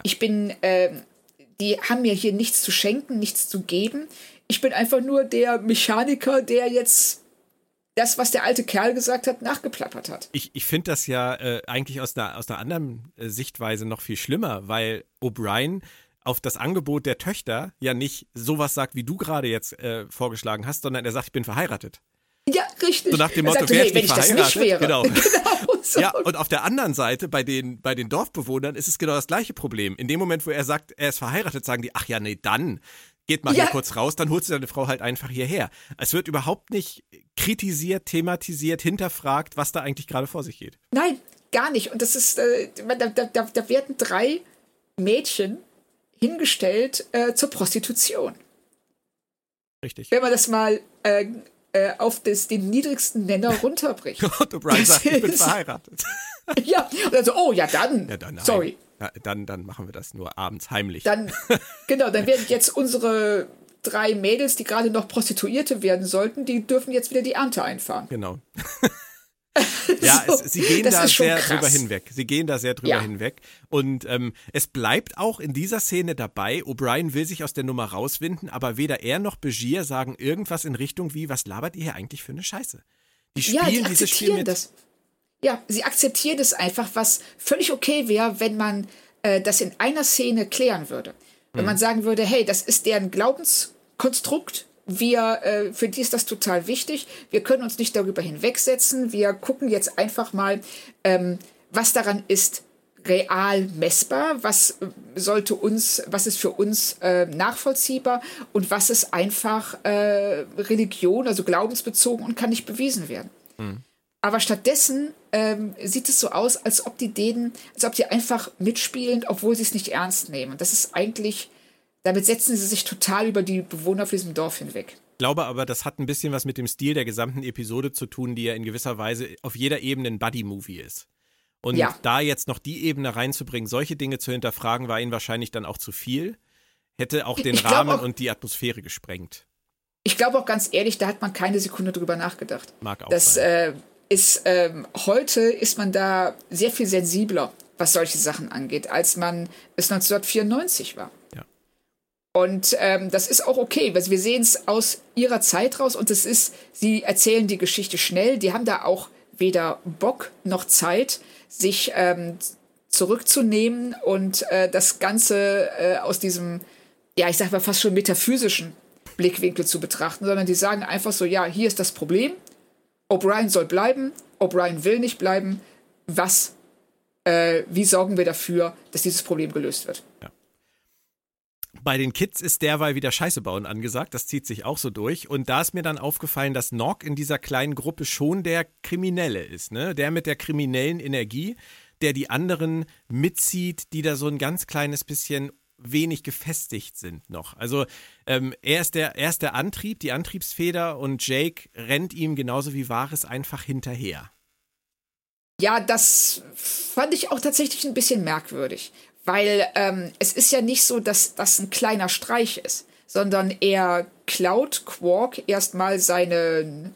die haben mir hier nichts zu schenken, nichts zu geben, ich bin einfach nur der Mechaniker, der jetzt das, was der alte Kerl gesagt hat, nachgeplappert hat. Ich finde das ja eigentlich aus einer anderen Sichtweise noch viel schlimmer, weil O'Brien auf das Angebot der Töchter ja nicht sowas sagt, wie du gerade jetzt vorgeschlagen hast, sondern er sagt, ich bin verheiratet. Ja, richtig. So nach dem Motto, wer ist nicht verheiratet? Das nicht wäre. Genau. So. Ja, und auf der anderen Seite, bei den Dorfbewohnern, ist es genau das gleiche Problem. In dem Moment, wo er sagt, er ist verheiratet, sagen die, ach ja, nee, dann geht mal hier kurz raus, dann holst du deine Frau halt einfach hierher. Es wird überhaupt nicht kritisiert, thematisiert, hinterfragt, was da eigentlich gerade vor sich geht. Nein, gar nicht. Und das ist, da werden 3 Mädchen hingestellt zur Prostitution. Richtig. Wenn man das mal auf den niedrigsten Nenner runterbricht. Und O'Brien sagt, ich bin verheiratet. Ja, also, oh, ja dann. Sorry. Ja, dann machen wir das nur abends heimlich. Dann werden jetzt unsere 3 Mädels, die gerade noch Prostituierte werden sollten, die dürfen jetzt wieder die Ernte einfahren. Genau. Ja, sie gehen da sehr drüber hinweg. Sie gehen da sehr drüber hinweg. Und es bleibt auch in dieser Szene dabei, O'Brien will sich aus der Nummer rauswinden, aber weder er noch Bashir sagen irgendwas in Richtung wie, was labert ihr hier eigentlich für eine Scheiße? Die spielen dieses Spiel mit. Das. Ja, sie akzeptieren das einfach, was völlig okay wäre, wenn man das in einer Szene klären würde. Wenn man sagen würde, hey, das ist deren Glaubenskonstrukt, für die ist das total wichtig. Wir können uns nicht darüber hinwegsetzen. Wir gucken jetzt einfach mal, was daran ist, real messbar, was ist für uns nachvollziehbar und was ist einfach Religion, also glaubensbezogen und kann nicht bewiesen werden. Aber stattdessen sieht es so aus, als ob die einfach mitspielen, obwohl sie es nicht ernst nehmen. Und das ist eigentlich, damit setzen sie sich total über die Bewohner auf diesem Dorf hinweg. Ich glaube aber, das hat ein bisschen was mit dem Stil der gesamten Episode zu tun, die ja in gewisser Weise auf jeder Ebene ein Buddy-Movie ist. Und da jetzt noch die Ebene reinzubringen, solche Dinge zu hinterfragen, war ihnen wahrscheinlich dann auch zu viel. Hätte auch den Rahmen und die Atmosphäre gesprengt. Ich glaube auch ganz ehrlich, da hat man keine Sekunde drüber nachgedacht. Mag auch sein. Heute ist man da sehr viel sensibler, was solche Sachen angeht, als man es 1994 war. Ja. Und das ist auch okay, weil wir sehen es aus ihrer Zeit raus und sie erzählen die Geschichte schnell, die haben da auch weder Bock noch Zeit, sich zurückzunehmen und das Ganze aus diesem, ich sag mal fast schon metaphysischen Blickwinkel zu betrachten, sondern die sagen einfach so, ja, hier ist das Problem, O'Brien soll bleiben, O'Brien will nicht bleiben, wie sorgen wir dafür, dass dieses Problem gelöst wird? Ja. Bei den Kids ist derweil wieder Scheiße bauen angesagt, das zieht sich auch so durch. Und da ist mir dann aufgefallen, dass Nog in dieser kleinen Gruppe schon der Kriminelle ist, ne? Der mit der kriminellen Energie, der die anderen mitzieht, die da so ein ganz kleines bisschen wenig gefestigt sind noch. Also er ist der Antrieb, die Antriebsfeder und Jake rennt ihm genauso wie Varys einfach hinterher. Ja, das fand ich auch tatsächlich ein bisschen merkwürdig. Weil es ist ja nicht so, dass das ein kleiner Streich ist, sondern klaut Quark erstmal seinen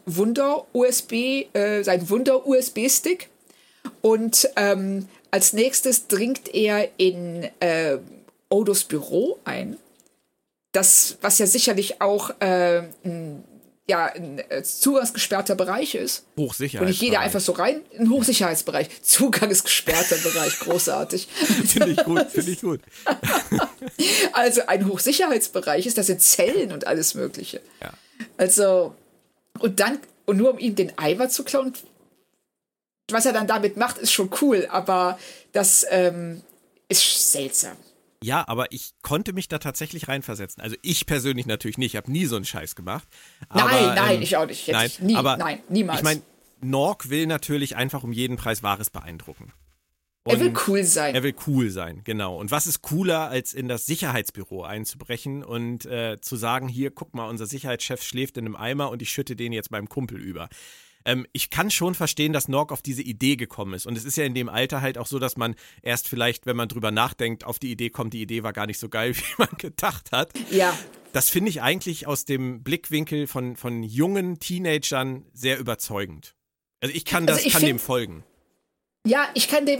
Wunder-USB-Stick und als nächstes dringt er in Odos Büro ein, was ja sicherlich auch ein zugangsgesperrter Bereich ist. Hochsicherheitsbereich. Und nicht jeder einfach so rein. Ein Hochsicherheitsbereich. Zugangsgesperrter Bereich. Großartig. Finde ich gut. Also ein Hochsicherheitsbereich ist, das sind Zellen und alles Mögliche. Ja. Also, und nur um ihm den Eimer zu klauen, was er dann damit macht, ist schon cool, aber das ist seltsam. Ja, aber ich konnte mich da tatsächlich reinversetzen. Also ich persönlich natürlich nicht, ich habe nie so einen Scheiß gemacht. Aber, nein, ich auch nicht. Nein, niemals. Ich meine, Nog will natürlich einfach um jeden Preis Varys beeindrucken. Er will cool sein. Er will cool sein, genau. Und was ist cooler, als in das Sicherheitsbüro einzubrechen und zu sagen, hier, guck mal, unser Sicherheitschef schläft in einem Eimer und ich schütte den jetzt meinem Kumpel über. Ich kann schon verstehen, dass Nog auf diese Idee gekommen ist. Und es ist ja in dem Alter halt auch so, dass man erst vielleicht, wenn man drüber nachdenkt, auf die Idee kommt, die Idee war gar nicht so geil, wie man gedacht hat. Ja. Das finde ich eigentlich aus dem Blickwinkel von jungen Teenagern sehr überzeugend. Also ich kann dem folgen. Ja, ich kann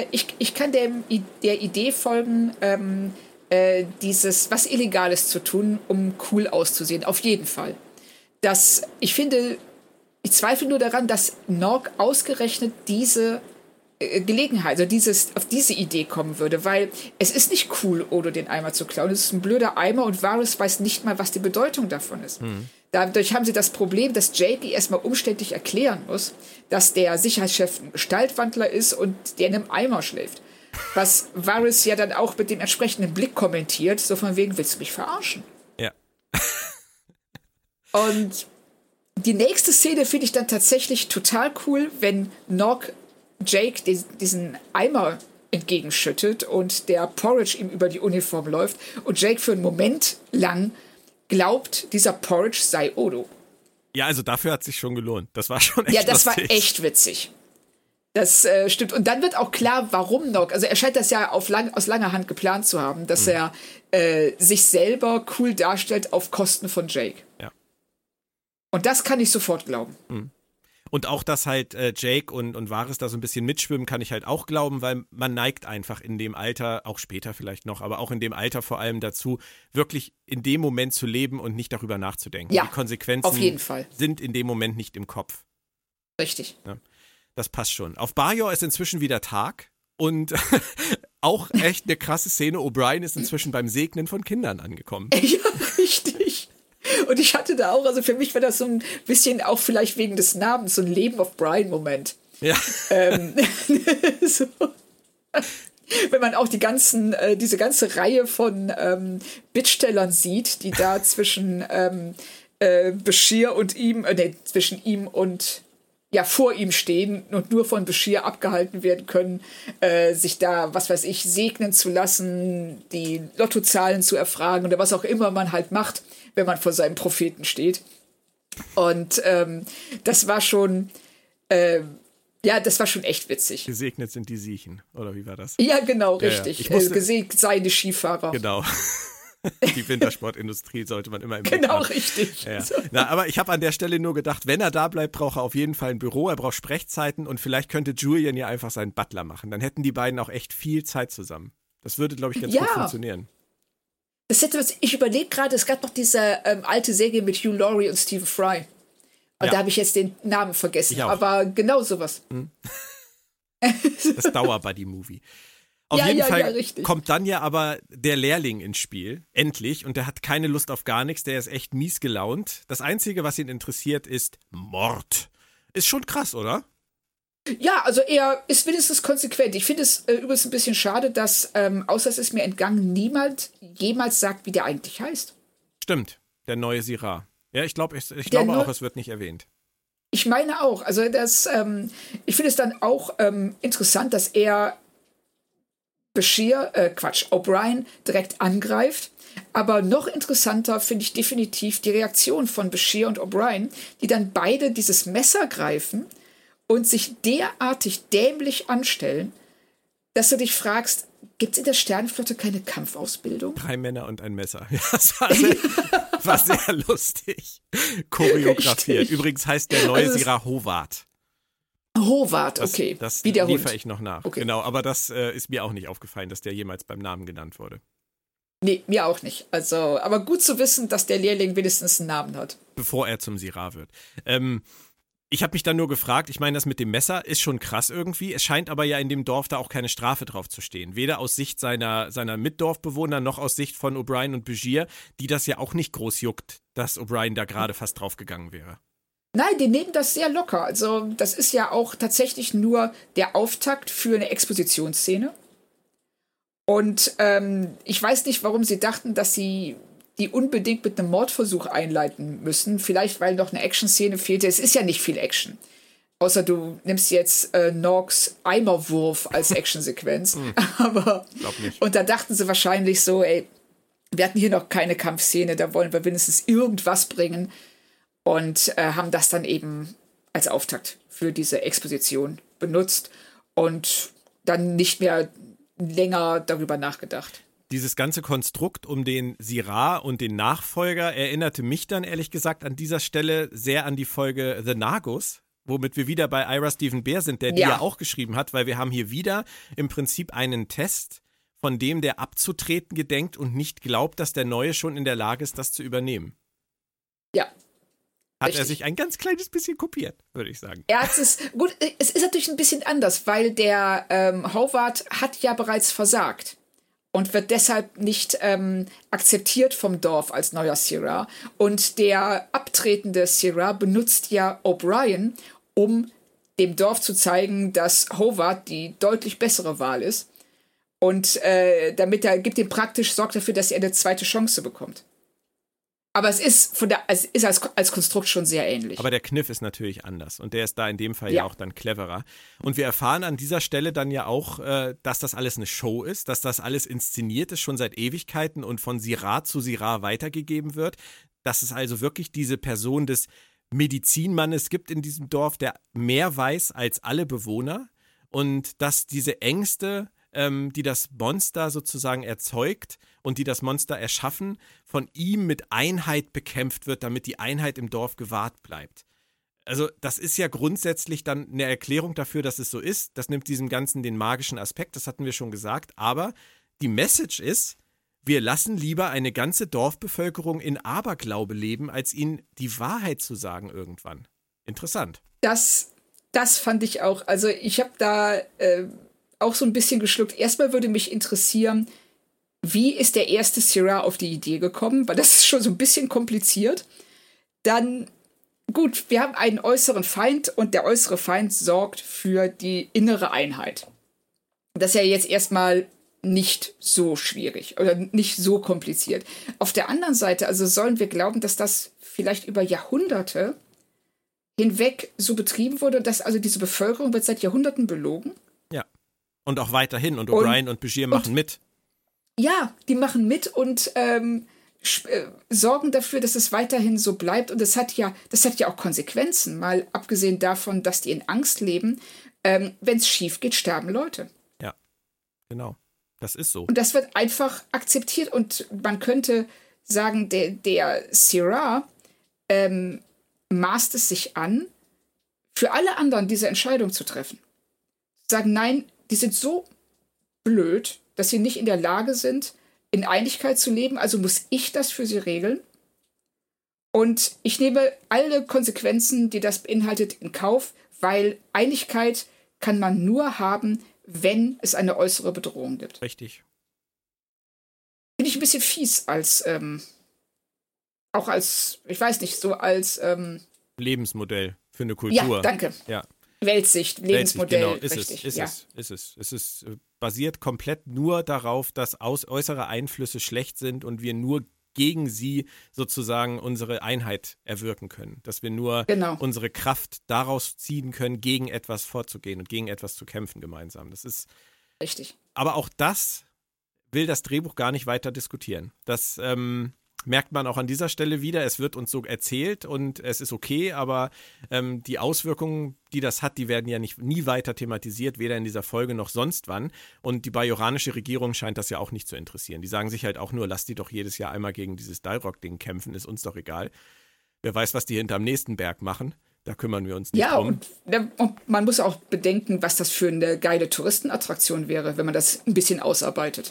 der Idee folgen, was Illegales zu tun, um cool auszusehen. Auf jeden Fall. Ich zweifle nur daran, dass Nog ausgerechnet diese Gelegenheit, also auf diese Idee kommen würde, weil es ist nicht cool, Odo den Eimer zu klauen. Es ist ein blöder Eimer und Varys weiß nicht mal, was die Bedeutung davon ist. Dadurch haben sie das Problem, dass Jake erstmal umständlich erklären muss, dass der Sicherheitschef ein Gestaltwandler ist und der in einem Eimer schläft. Was Varys ja dann auch mit dem entsprechenden Blick kommentiert, so von wegen, willst du mich verarschen? Ja. Und die nächste Szene finde ich dann tatsächlich total cool, wenn Nog Jake diesen Eimer entgegenschüttet und der Porridge ihm über die Uniform läuft und Jake für einen Moment lang glaubt, dieser Porridge sei Odo. Ja, also dafür hat es sich schon gelohnt. Das war schon echt Ja, das lustig. war echt witzig. Das stimmt. Und dann wird auch klar, warum Nog, also er scheint das ja aus langer Hand geplant zu haben, dass er sich selber cool darstellt auf Kosten von Jake. Ja. Und das kann ich sofort glauben. Und auch, dass halt Jake und Varys da so ein bisschen mitschwimmen, kann ich halt auch glauben, weil man neigt einfach in dem Alter, auch später vielleicht noch, aber auch in dem Alter vor allem dazu, wirklich in dem Moment zu leben und nicht darüber nachzudenken. Ja, die Konsequenzen auf jeden Fall. Sind in dem Moment nicht im Kopf. Richtig. Ja, das passt schon. Auf Bajor ist inzwischen wieder Tag und auch echt eine krasse Szene. O'Brien ist inzwischen beim Segnen von Kindern angekommen. Ja, richtig. Und ich hatte da auch, also für mich war das so ein bisschen auch vielleicht wegen des Namens, so ein Leben of Brian-Moment. Ja. So. Wenn man auch diese ganze Reihe von Bittstellern sieht, die da zwischen Bashir und ihm, zwischen ihm und vor ihm stehen und nur von Bashir abgehalten werden können, sich da, was weiß ich, segnen zu lassen, die Lottozahlen zu erfragen oder was auch immer man halt macht, wenn man vor seinem Propheten steht. Und das war schon echt witzig. Gesegnet sind die Siechen, oder wie war das? Ja, genau, richtig. Ja. Gesegnet seien die Skifahrer. Genau. Die Wintersportindustrie sollte man immer im Blick haben. Genau, haben. richtig. Ja. Aber ich habe an der Stelle nur gedacht, wenn er da bleibt, braucht er auf jeden Fall ein Büro, er braucht Sprechzeiten und vielleicht könnte Julian ja einfach seinen Butler machen. Dann hätten die beiden auch echt viel Zeit zusammen. Das würde, glaube ich, ganz gut funktionieren. Ich überlege gerade, es gab noch diese alte Serie mit Hugh Laurie und Stephen Fry. Und da habe ich jetzt den Namen vergessen. Aber genau sowas. Das Dauer-Buddy-Movie. Auf jeden Fall kommt dann ja aber der Lehrling ins Spiel, endlich, und der hat keine Lust auf gar nichts, der ist echt mies gelaunt. Das Einzige, was ihn interessiert, ist Mord. Ist schon krass, oder? Ja, also er ist wenigstens konsequent. Ich finde es übrigens ein bisschen schade, dass, außer es ist mir entgangen, niemand jemals sagt, wie der eigentlich heißt. Stimmt, der neue Syrah. Ja, ich glaube auch, es wird nicht erwähnt. Ich meine auch. Also ich finde es dann auch interessant, dass er O'Brien direkt angreift. Aber noch interessanter finde ich definitiv die Reaktion von Bashir und O'Brien, die dann beide dieses Messer greifen und sich derartig dämlich anstellen, dass du dich fragst, gibt es in der Sternenflotte keine Kampfausbildung? 3 Männer und ein Messer. Ja, das war sehr lustig. Choreografiert. Richtig. Übrigens heißt der neue Syrah Howard. Howard, okay. Das wie der liefere Hund. Ich noch nach. Okay. Genau, aber das ist mir auch nicht aufgefallen, dass der jemals beim Namen genannt wurde. Nee, mir auch nicht. Also, aber gut zu wissen, dass der Lehrling wenigstens einen Namen hat. Bevor er zum Syrah wird. Ich habe mich dann nur gefragt, ich meine, das mit dem Messer ist schon krass irgendwie. Es scheint aber ja in dem Dorf da auch keine Strafe drauf zu stehen. Weder aus Sicht seiner Mitdorfbewohner noch aus Sicht von O'Brien und Bashir, die das ja auch nicht groß juckt, dass O'Brien da gerade fast draufgegangen wäre. Nein, die nehmen das sehr locker. Also das ist ja auch tatsächlich nur der Auftakt für eine Expositionsszene. Und ich weiß nicht, warum sie dachten, dass sie die unbedingt mit einem Mordversuch einleiten müssen. Vielleicht, weil noch eine Action-Szene fehlte. Es ist ja nicht viel Action. Außer du nimmst jetzt Norks Eimerwurf als Actionsequenz. Aber glaub nicht. Und da dachten sie wahrscheinlich so, wir hatten hier noch keine Kampfszene, da wollen wir wenigstens irgendwas bringen. Und haben das dann eben als Auftakt für diese Exposition benutzt und dann nicht mehr länger darüber nachgedacht. Dieses ganze Konstrukt um den Syrah und den Nachfolger erinnerte mich dann ehrlich gesagt an dieser Stelle sehr an die Folge The Nagus, womit wir wieder bei Ira Steven Behr sind, der die ja auch geschrieben hat, weil wir haben hier wieder im Prinzip einen Test, von dem der abzutreten gedenkt und nicht glaubt, dass der Neue schon in der Lage ist, das zu übernehmen. Ja. Hat er sich ein ganz kleines bisschen kopiert, würde ich sagen. Gut, es ist natürlich ein bisschen anders, weil der Howard hat ja bereits versagt und wird deshalb nicht akzeptiert vom Dorf als neuer Syrah. Und der abtretende Syrah benutzt ja O'Brien, um dem Dorf zu zeigen, dass Howard die deutlich bessere Wahl ist. Und damit sorgt dafür, dass er eine zweite Chance bekommt. Aber es ist als Konstrukt schon sehr ähnlich. Aber der Kniff ist natürlich anders und der ist da in dem Fall ja auch dann cleverer. Und wir erfahren an dieser Stelle dann ja auch, dass das alles eine Show ist, dass das alles inszeniert ist, schon seit Ewigkeiten und von Syrah zu Syrah weitergegeben wird. Dass es also wirklich diese Person des Medizinmannes gibt in diesem Dorf, der mehr weiß als alle Bewohner und dass diese Ängste, die das Monster sozusagen erzeugt und die das Monster erschaffen, von ihm mit Einheit bekämpft wird, damit die Einheit im Dorf gewahrt bleibt. Also das ist ja grundsätzlich dann eine Erklärung dafür, dass es so ist. Das nimmt diesem Ganzen den magischen Aspekt, das hatten wir schon gesagt. Aber die Message ist, wir lassen lieber eine ganze Dorfbevölkerung in Aberglaube leben, als ihnen die Wahrheit zu sagen irgendwann. Interessant. Das fand ich auch. Also ich habe da auch so ein bisschen geschluckt. Erstmal würde mich interessieren, wie ist der erste Syrah auf die Idee gekommen? Weil das ist schon so ein bisschen kompliziert. Dann, gut, wir haben einen äußeren Feind und der äußere Feind sorgt für die innere Einheit. Das ist ja jetzt erstmal nicht so schwierig oder nicht so kompliziert. Auf der anderen Seite, also sollen wir glauben, dass das vielleicht über Jahrhunderte hinweg so betrieben wurde, dass also diese Bevölkerung wird seit Jahrhunderten belogen? Ja. Und auch weiterhin. Und O'Brien und Bashir machen mit. Ja, die machen mit und sorgen dafür, dass es weiterhin so bleibt. Und das hat ja auch Konsequenzen, mal abgesehen davon, dass die in Angst leben. Wenn es schief geht, sterben Leute. Ja, genau. Das ist so. Und das wird einfach akzeptiert. Und man könnte sagen, der Syrah maßt es sich an, für alle anderen diese Entscheidung zu treffen. Sagen, nein, die sind so blöd, dass sie nicht in der Lage sind, in Einigkeit zu leben, also muss ich das für sie regeln. Und ich nehme alle Konsequenzen, die das beinhaltet, in Kauf, weil Einigkeit kann man nur haben, wenn es eine äußere Bedrohung gibt. Richtig. Finde ich ein bisschen fies auch als, ich weiß nicht, so als Lebensmodell für eine Kultur. Ja, danke. Ja. Lebensmodell, genau, richtig. Es ist basiert komplett nur darauf, dass äußere Einflüsse schlecht sind und wir nur gegen sie sozusagen unsere Einheit erwirken können. Dass wir nur unsere Kraft daraus ziehen können, gegen etwas vorzugehen und gegen etwas zu kämpfen gemeinsam. Das ist richtig. Aber auch das will das Drehbuch gar nicht weiter diskutieren. Das merkt man auch an dieser Stelle wieder. Es wird uns so erzählt und es ist okay, aber die Auswirkungen, die das hat, die werden ja nie weiter thematisiert, weder in dieser Folge noch sonst wann. Und die bajoranische Regierung scheint das ja auch nicht zu interessieren. Die sagen sich halt auch nur, lass die doch jedes Jahr einmal gegen dieses Dalrock-Ding kämpfen, ist uns doch egal. Wer weiß, was die hinterm nächsten Berg machen. Da kümmern wir uns nicht drum. Und man muss auch bedenken, was das für eine geile Touristenattraktion wäre, wenn man das ein bisschen ausarbeitet.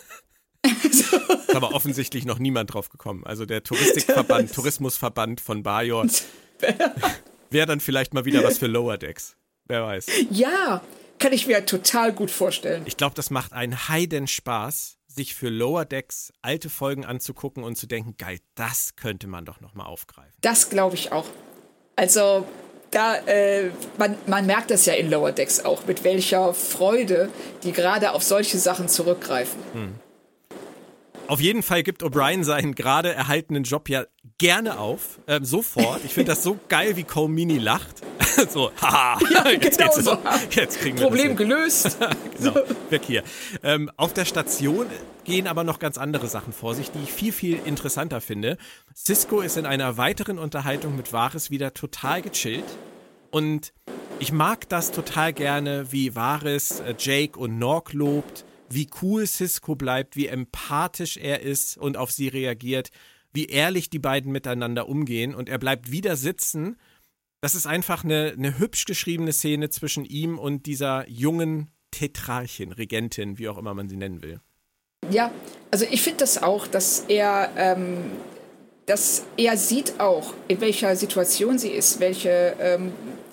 Ist aber offensichtlich noch niemand drauf gekommen. Also der Tourismusverband von Bajor wäre dann vielleicht mal wieder was für Lower Decks. Wer weiß. Ja, kann ich mir total gut vorstellen. Ich glaube, das macht einen Heidenspaß, sich für Lower Decks alte Folgen anzugucken und zu denken, geil, das könnte man doch nochmal aufgreifen. Das glaube ich auch. Also da, man merkt das ja in Lower Decks auch, mit welcher Freude die gerade auf solche Sachen zurückgreifen. Auf jeden Fall gibt O'Brien seinen gerade erhaltenen Job ja gerne auf, sofort. Ich finde das so geil, wie Comini lacht. So, haha, ja, jetzt genau geht's so. Jetzt kriegen wir Problem das gelöst. Genau, weg hier. Auf der Station gehen aber noch ganz andere Sachen vor sich, die ich viel, viel interessanter finde. Sisko ist in einer weiteren Unterhaltung mit Varys wieder total gechillt. Und ich mag das total gerne, wie Varys Jake und Nork lobt, wie cool Sisko bleibt, wie empathisch er ist und auf sie reagiert, wie ehrlich die beiden miteinander umgehen. Und er bleibt wieder sitzen. Das ist einfach eine hübsch geschriebene Szene zwischen ihm und dieser jungen Tetrarchin, Regentin, wie auch immer man sie nennen will. Ja, also ich finde das auch, dass er sieht auch, in welcher Situation sie ist, welche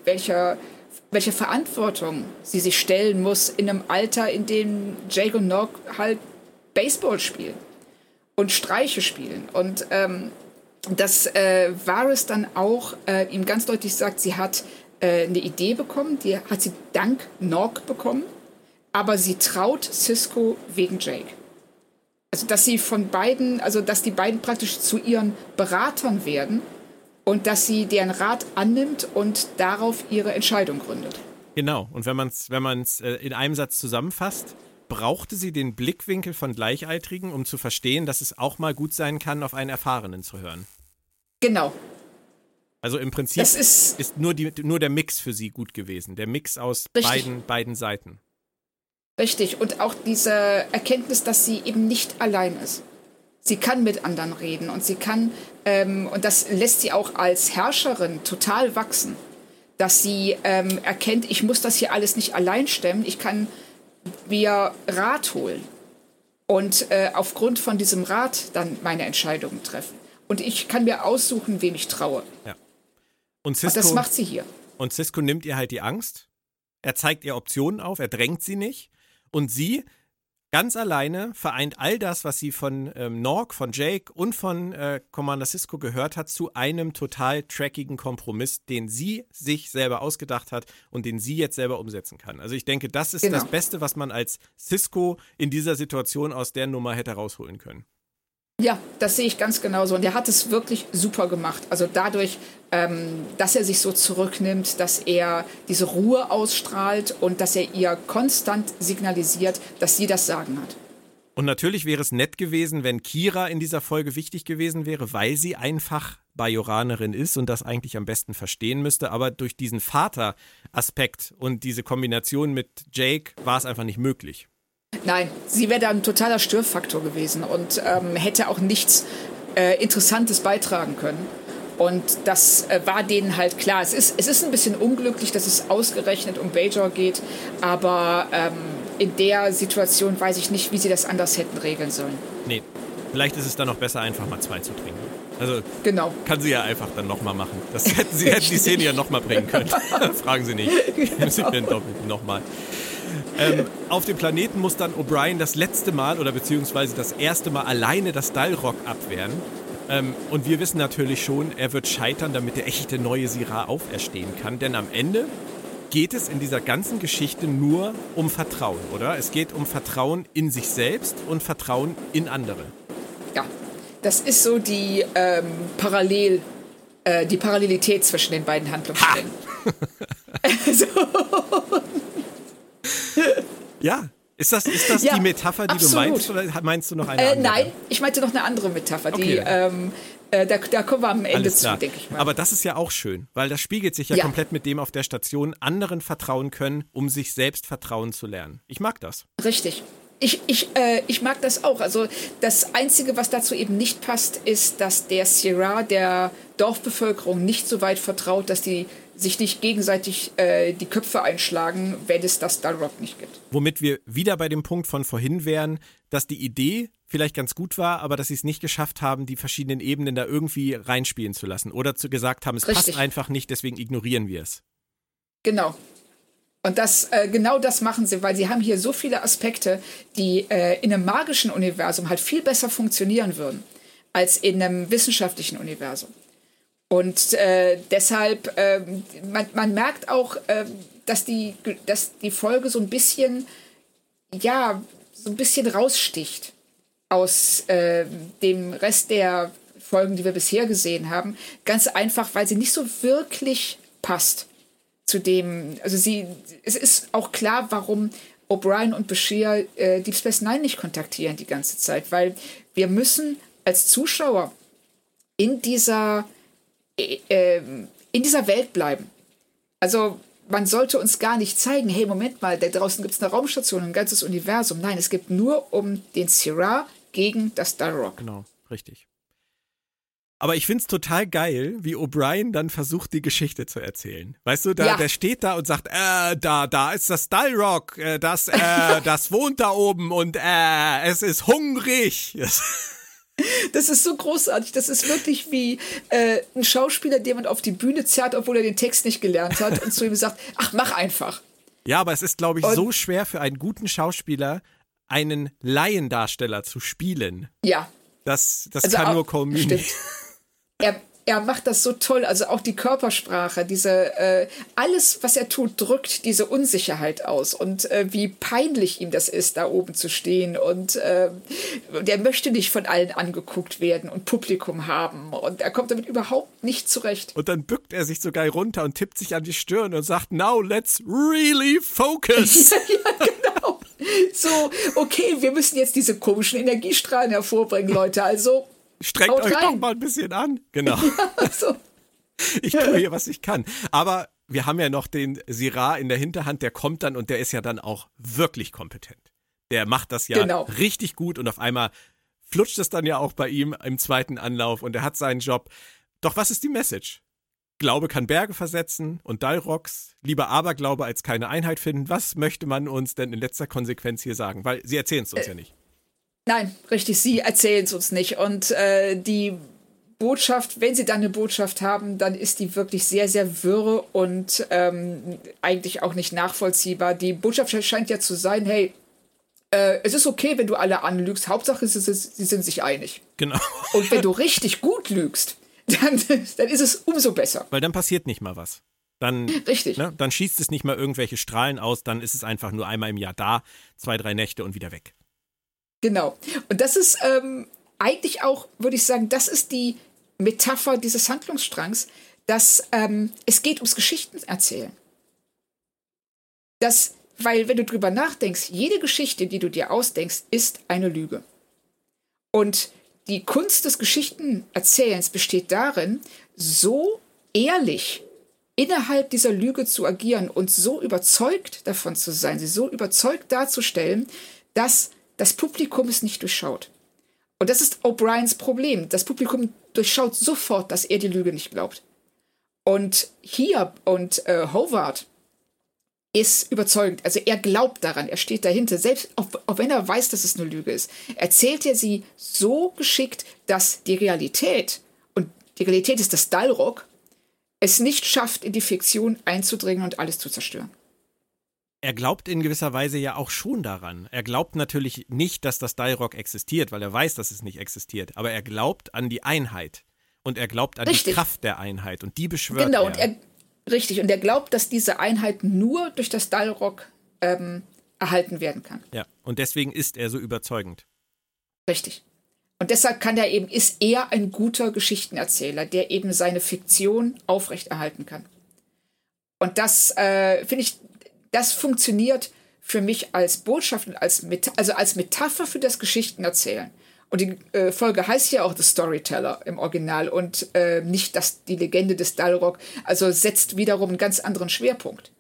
Verantwortung sie sich stellen muss in einem Alter, in dem Jake und Nog halt Baseball spielen und Streiche spielen. Und dass Varys dann auch ihm ganz deutlich sagt, sie hat eine Idee bekommen, die hat sie dank Nog bekommen, aber sie traut Sisko wegen Jake. Also dass die beiden praktisch zu ihren Beratern werden und dass sie deren Rat annimmt und darauf ihre Entscheidung gründet. Genau, und wenn man's in einem Satz zusammenfasst, brauchte sie den Blickwinkel von Gleichaltrigen, um zu verstehen, dass es auch mal gut sein kann, auf einen Erfahrenen zu hören. Genau. Also im Prinzip ist nur der Mix für sie gut gewesen. Der Mix aus beiden Seiten. Richtig. Und auch diese Erkenntnis, dass sie eben nicht allein ist. Sie kann mit anderen reden und sie kann, und das lässt sie auch als Herrscherin total wachsen, dass sie erkennt, ich muss das hier alles nicht allein stemmen, ich kann mir Rat holen und aufgrund von diesem Rat dann meine Entscheidungen treffen. Und ich kann mir aussuchen, wem ich traue. Ja. Und das macht sie hier. Und Sisko nimmt ihr halt die Angst, er zeigt ihr Optionen auf, er drängt sie nicht und sie ganz alleine vereint all das, was sie von Nog, von Jake und von Commander Sisko gehört hat, zu einem total trackigen Kompromiss, den sie sich selber ausgedacht hat und den sie jetzt selber umsetzen kann. Also ich denke, das ist das Beste, was man als Sisko in dieser Situation aus der Nummer hätte rausholen können. Ja, das sehe ich ganz genauso. Und er hat es wirklich super gemacht. Also dadurch, dass er sich so zurücknimmt, dass er diese Ruhe ausstrahlt und dass er ihr konstant signalisiert, dass sie das Sagen hat. Und natürlich wäre es nett gewesen, wenn Kira in dieser Folge wichtig gewesen wäre, weil sie einfach Bajoranerin ist und das eigentlich am besten verstehen müsste. Aber durch diesen Vater-Aspekt und diese Kombination mit Jake war es einfach nicht möglich. Nein, sie wäre da ein totaler Störfaktor gewesen und hätte auch nichts Interessantes beitragen können. Und das war denen halt klar. Es ist ein bisschen unglücklich, dass es ausgerechnet um Bajor geht, aber in der Situation weiß ich nicht, wie sie das anders hätten regeln sollen. Nee, vielleicht ist es dann noch besser, einfach mal 2 zu trinken. Also genau. Kann sie ja einfach dann nochmal machen. Das hätten die Szene ja nochmal bringen können. Fragen Sie nicht. Müssen wir doppelt nochmal. Auf dem Planeten muss dann O'Brien das letzte Mal oder beziehungsweise das erste Mal alleine das Dal'Rok abwehren. Und wir wissen natürlich schon, er wird scheitern, damit der echte neue Syrah auferstehen kann. Denn am Ende geht es in dieser ganzen Geschichte nur um Vertrauen, oder? Es geht um Vertrauen in sich selbst und Vertrauen in andere. Ja, das ist so die Parallelität zwischen den beiden Handlungssträngen. So. Ja. Ist das die Metapher, die absolut. Du meinst, oder meinst du noch eine andere? Nein, ich meinte noch eine andere Metapher, okay. Da kommen wir am Ende zu, denke ich mal. Aber das ist ja auch schön, weil das spiegelt sich ja komplett mit dem auf der Station, anderen vertrauen können, um sich selbst vertrauen zu lernen. Ich mag das. Richtig. Ich mag das auch. Also das Einzige, was dazu eben nicht passt, ist, dass der Syrah der Dorfbevölkerung nicht so weit vertraut, dass die sich nicht gegenseitig die Köpfe einschlagen, wenn es das Dal'Rok nicht gibt. Womit wir wieder bei dem Punkt von vorhin wären, dass die Idee vielleicht ganz gut war, aber dass sie es nicht geschafft haben, die verschiedenen Ebenen da irgendwie reinspielen zu lassen. Oder gesagt haben, es passt einfach nicht, deswegen ignorieren wir es. Genau. Und genau das machen sie, weil sie haben hier so viele Aspekte, die in einem magischen Universum halt viel besser funktionieren würden, als in einem wissenschaftlichen Universum. Und deshalb, man merkt auch, dass die Folge so ein bisschen raussticht aus dem Rest der Folgen, die wir bisher gesehen haben. Ganz einfach, weil sie nicht so wirklich passt zu dem, also es ist auch klar, warum O'Brien und Bashir Deep Space Nine nicht kontaktieren die ganze Zeit, weil wir müssen als Zuschauer in dieser Welt bleiben. Also man sollte uns gar nicht zeigen, hey, Moment mal, da draußen gibt es eine Raumstation, ein ganzes Universum. Nein, es geht nur um den Syrah gegen das Dal'Rok. Genau, richtig. Aber ich find's total geil, wie O'Brien dann versucht, die Geschichte zu erzählen. Weißt du, der steht da und sagt, da ist das Dal'Rok, das wohnt da oben und es ist hungrig. Das ist so großartig. Das ist wirklich wie ein Schauspieler, den man auf die Bühne zerrt, obwohl er den Text nicht gelernt hat und zu ihm sagt, ach, mach einfach. Ja, aber es ist, glaube ich, so schwer für einen guten Schauspieler, einen Laiendarsteller zu spielen. Ja. Das also kann nur Colm Meaney. Stimmt. Er macht das so toll, also auch die Körpersprache, alles, was er tut, drückt diese Unsicherheit aus und wie peinlich ihm das ist, da oben zu stehen und der möchte nicht von allen angeguckt werden und Publikum haben und er kommt damit überhaupt nicht zurecht. Und dann bückt er sich so geil runter und tippt sich an die Stirn und sagt, now let's really focus. Ja, genau. So, okay, wir müssen jetzt diese komischen Energiestrahlen hervorbringen, Leute, also strengt euch doch mal ein bisschen an. Genau. Ja, so. Ich tue hier, was ich kann. Aber wir haben ja noch den Syrah in der Hinterhand, der kommt dann und der ist ja dann auch wirklich kompetent. Der macht das ja richtig gut und auf einmal flutscht es dann ja auch bei ihm im zweiten Anlauf und er hat seinen Job. Doch was ist die Message? Glaube kann Berge versetzen und Dal'Roks, lieber Aberglaube als keine Einheit finden. Was möchte man uns denn in letzter Konsequenz hier sagen? Weil sie erzählen es uns ja nicht. Nein, richtig, sie erzählen es uns nicht. Und die Botschaft, wenn sie dann eine Botschaft haben, dann ist die wirklich sehr, sehr wirr und eigentlich auch nicht nachvollziehbar. Die Botschaft scheint ja zu sein, hey, es ist okay, wenn du alle anlügst, Hauptsache sie sind sich einig. Genau. Und wenn du richtig gut lügst, dann ist es umso besser. Weil dann passiert nicht mal was. Dann, Richtig. Ne, dann schießt es nicht mal irgendwelche Strahlen aus, dann ist es einfach nur einmal im Jahr da, 2, 3 Nächte und wieder weg. Genau. Und das ist eigentlich auch, würde ich sagen, das ist die Metapher dieses Handlungsstrangs, dass es geht ums Geschichtenerzählen. Weil, wenn du drüber nachdenkst, jede Geschichte, die du dir ausdenkst, ist eine Lüge. Und die Kunst des Geschichtenerzählens besteht darin, so ehrlich innerhalb dieser Lüge zu agieren und so überzeugt davon zu sein, sie so überzeugt darzustellen, dass das Publikum es nicht durchschaut. Und das ist O'Briens Problem. Das Publikum durchschaut sofort, dass er die Lüge nicht glaubt. Und Howard ist überzeugend. Also er glaubt daran, er steht dahinter. Selbst auch wenn er weiß, dass es eine Lüge ist, erzählt er sie so geschickt, dass die Realität, und die Realität ist das Dal'Rok, es nicht schafft, in die Fiktion einzudringen und alles zu zerstören. Er glaubt in gewisser Weise ja auch schon daran. Er glaubt natürlich nicht, dass das Dal'Rok existiert, weil er weiß, dass es nicht existiert. Aber er glaubt an die Einheit. Und er glaubt an die Kraft der Einheit. Und die beschwört genau, er. Richtig, und er glaubt, dass diese Einheit nur durch das Dal'Rok erhalten werden kann. Ja, und deswegen ist er so überzeugend. Richtig. Und deshalb ist er ein guter Geschichtenerzähler, der eben seine Fiktion aufrechterhalten kann. Und das, finde ich, das funktioniert für mich als Botschaft und als Metapher für das Geschichtenerzählen. Und die Folge heißt ja auch The Storyteller im Original und nicht die Legende des Dal'Rok, also setzt wiederum einen ganz anderen Schwerpunkt.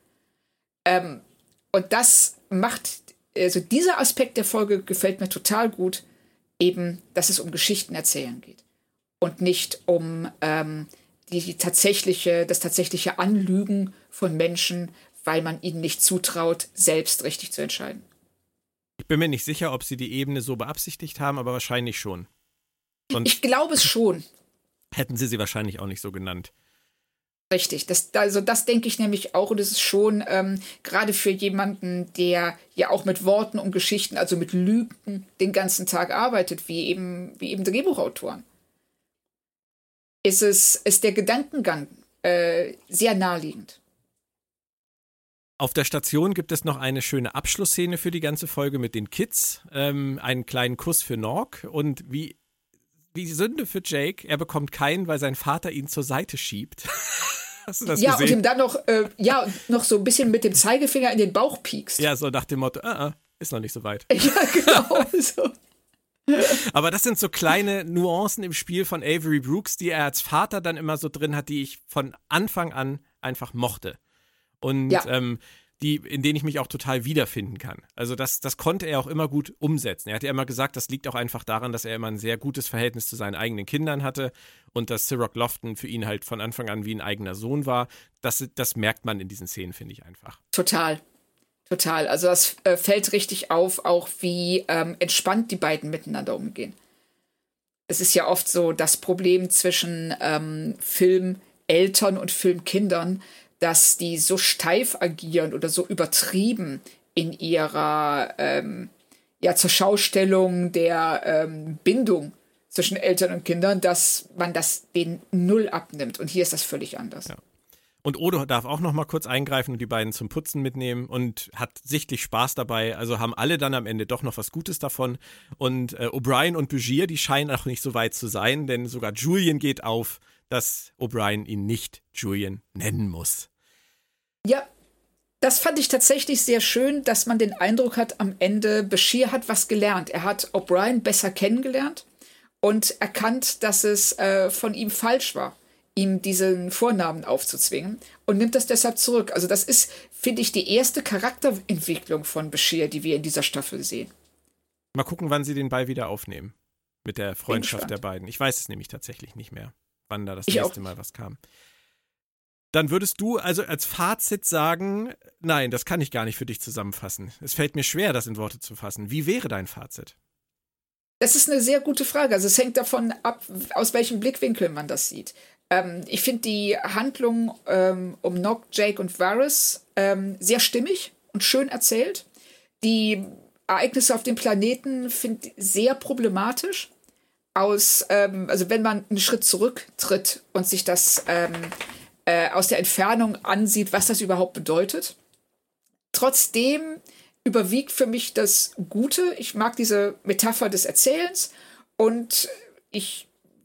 Und das also dieser Aspekt der Folge gefällt mir total gut, eben, dass es um Geschichtenerzählen geht und nicht um das tatsächliche Anlügen von Menschen, weil man ihnen nicht zutraut, selbst richtig zu entscheiden. Ich bin mir nicht sicher, ob sie die Ebene so beabsichtigt haben, aber wahrscheinlich schon. Ich glaube es schon. Hätten sie wahrscheinlich auch nicht so genannt. Richtig, das denke ich nämlich auch, und es ist schon gerade für jemanden, der ja auch mit Worten und Geschichten, also mit Lügen den ganzen Tag arbeitet, wie eben Drehbuchautoren, ist der Gedankengang sehr naheliegend. Auf der Station gibt es noch eine schöne Abschlussszene für die ganze Folge mit den Kids, einen kleinen Kuss für Nog und wie Sünde für Jake, er bekommt keinen, weil sein Vater ihn zur Seite schiebt. Hast du das gesehen? Ja, und ihm dann noch so ein bisschen mit dem Zeigefinger in den Bauch piekst. Ja, so nach dem Motto, ist noch nicht so weit. Ja, genau. So. Aber das sind so kleine Nuancen im Spiel von Avery Brooks, die er als Vater dann immer so drin hat, die ich von Anfang an einfach mochte. Und in denen ich mich auch total wiederfinden kann. Also das konnte er auch immer gut umsetzen. Er hat ja immer gesagt, das liegt auch einfach daran, dass er immer ein sehr gutes Verhältnis zu seinen eigenen Kindern hatte und dass Cirroc Lofton für ihn halt von Anfang an wie ein eigener Sohn war. Das merkt man in diesen Szenen, finde ich einfach. Total. Also das fällt richtig auf, auch wie entspannt die beiden miteinander umgehen. Es ist ja oft so das Problem zwischen Filmeltern und Filmkindern, dass die so steif agieren oder so übertrieben in ihrer zur Schaustellung der Bindung zwischen Eltern und Kindern, dass man das den null abnimmt. Und hier ist das völlig anders. Ja. Und Odo darf auch noch mal kurz eingreifen und die beiden zum Putzen mitnehmen und hat sichtlich Spaß dabei. Also haben alle dann am Ende doch noch was Gutes davon. Und O'Brien und Bugir, die scheinen auch nicht so weit zu sein, denn sogar Julian geht auf, dass O'Brien ihn nicht Julian nennen muss. Ja, das fand ich tatsächlich sehr schön, dass man den Eindruck hat, am Ende Bashir hat was gelernt. Er hat O'Brien besser kennengelernt und erkannt, dass es von ihm falsch war, ihm diesen Vornamen aufzuzwingen und nimmt das deshalb zurück. Also das ist, finde ich, die erste Charakterentwicklung von Bashir, die wir in dieser Staffel sehen. Mal gucken, wann sie den Ball wieder aufnehmen mit der Freundschaft der beiden. Ich weiß es nämlich tatsächlich nicht mehr, wann da das nächste Mal was kam. Dann würdest du also als Fazit sagen, nein, das kann ich gar nicht für dich zusammenfassen. Es fällt mir schwer, das in Worte zu fassen. Wie wäre dein Fazit? Das ist eine sehr gute Frage. Also es hängt davon ab, aus welchem Blickwinkel man das sieht. Ich finde die Handlung um Nog, Jake und Varys sehr stimmig und schön erzählt. Die Ereignisse auf dem Planeten finde ich sehr problematisch. Also wenn man einen Schritt zurücktritt und sich das aus der Entfernung ansieht, was das überhaupt bedeutet. Trotzdem überwiegt für mich das Gute. Ich mag diese Metapher des Erzählens und ich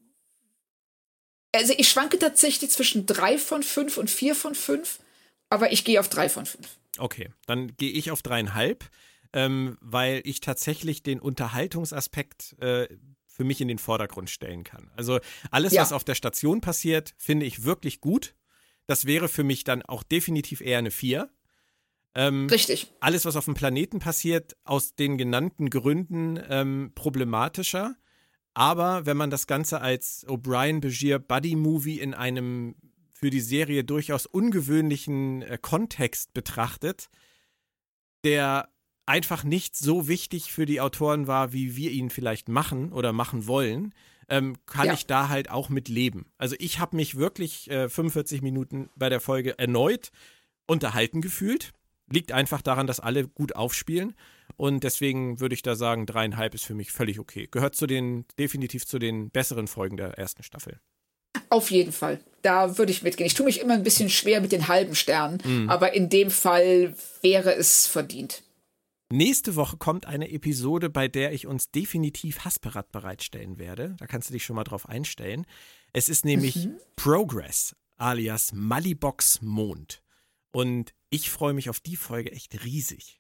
schwanke tatsächlich zwischen 3 von 5 und 4 von 5, aber ich gehe auf 3 von 5. Okay, dann gehe ich auf 3,5, weil ich tatsächlich den Unterhaltungsaspekt für mich in den Vordergrund stellen kann. Also alles, was auf der Station passiert, finde ich wirklich gut. Das wäre für mich dann auch definitiv eher eine 4. Richtig. Alles, was auf dem Planeten passiert, aus den genannten Gründen problematischer. Aber wenn man das Ganze als O'Brien-Bashir-Buddy-Movie in einem für die Serie durchaus ungewöhnlichen Kontext betrachtet, der einfach nicht so wichtig für die Autoren war, wie wir ihn vielleicht machen oder machen wollen, kann ich da halt auch mit leben. Also ich habe mich wirklich 45 Minuten bei der Folge erneut unterhalten gefühlt. Liegt einfach daran, dass alle gut aufspielen und deswegen würde ich da sagen, 3,5 ist für mich völlig okay. Gehört definitiv zu den besseren Folgen der ersten Staffel. Auf jeden Fall. Da würde ich mitgehen. Ich tue mich immer ein bisschen schwer mit den halben Sternen, aber in dem Fall wäre es verdient. Nächste Woche kommt eine Episode, bei der ich uns definitiv Hasperat bereitstellen werde. Da kannst du dich schon mal drauf einstellen. Es ist nämlich Progress, alias Malibox Mond. Und ich freue mich auf die Folge echt riesig.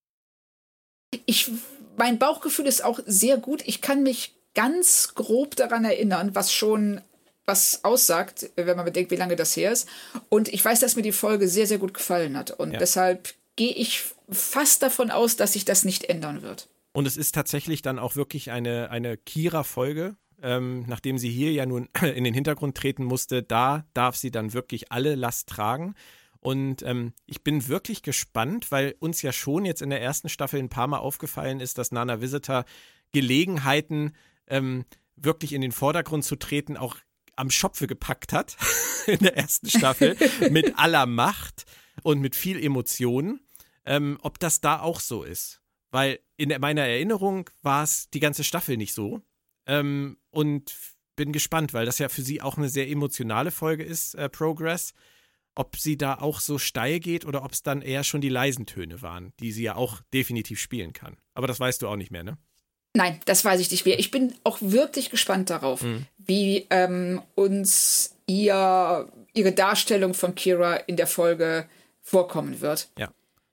Mein Bauchgefühl ist auch sehr gut. Ich kann mich ganz grob daran erinnern, was aussagt, wenn man bedenkt, wie lange das her ist. Und ich weiß, dass mir die Folge sehr, sehr gut gefallen hat. Und deshalb gehe ich fast davon aus, dass sich das nicht ändern wird. Und es ist tatsächlich dann auch wirklich eine Kira-Folge. Nachdem sie hier ja nun in den Hintergrund treten musste, da darf sie dann wirklich alle Last tragen. Und ich bin wirklich gespannt, weil uns ja schon jetzt in der ersten Staffel ein paar Mal aufgefallen ist, dass Nana Visitor Gelegenheiten, wirklich in den Vordergrund zu treten, auch am Schopfe gepackt hat in der ersten Staffel mit aller Macht und mit viel Emotionen. Ob das da auch so ist. Weil in meiner Erinnerung war es die ganze Staffel nicht so. Und bin gespannt, weil das ja für sie auch eine sehr emotionale Folge ist, Progress. Ob sie da auch so steil geht oder ob es dann eher schon die leisen Töne waren, die sie ja auch definitiv spielen kann. Aber das weißt du auch nicht mehr, ne? Nein, das weiß ich nicht mehr. Ich bin auch wirklich gespannt darauf, wie uns ihre Darstellung von Kira in der Folge vorkommen wird. Ja.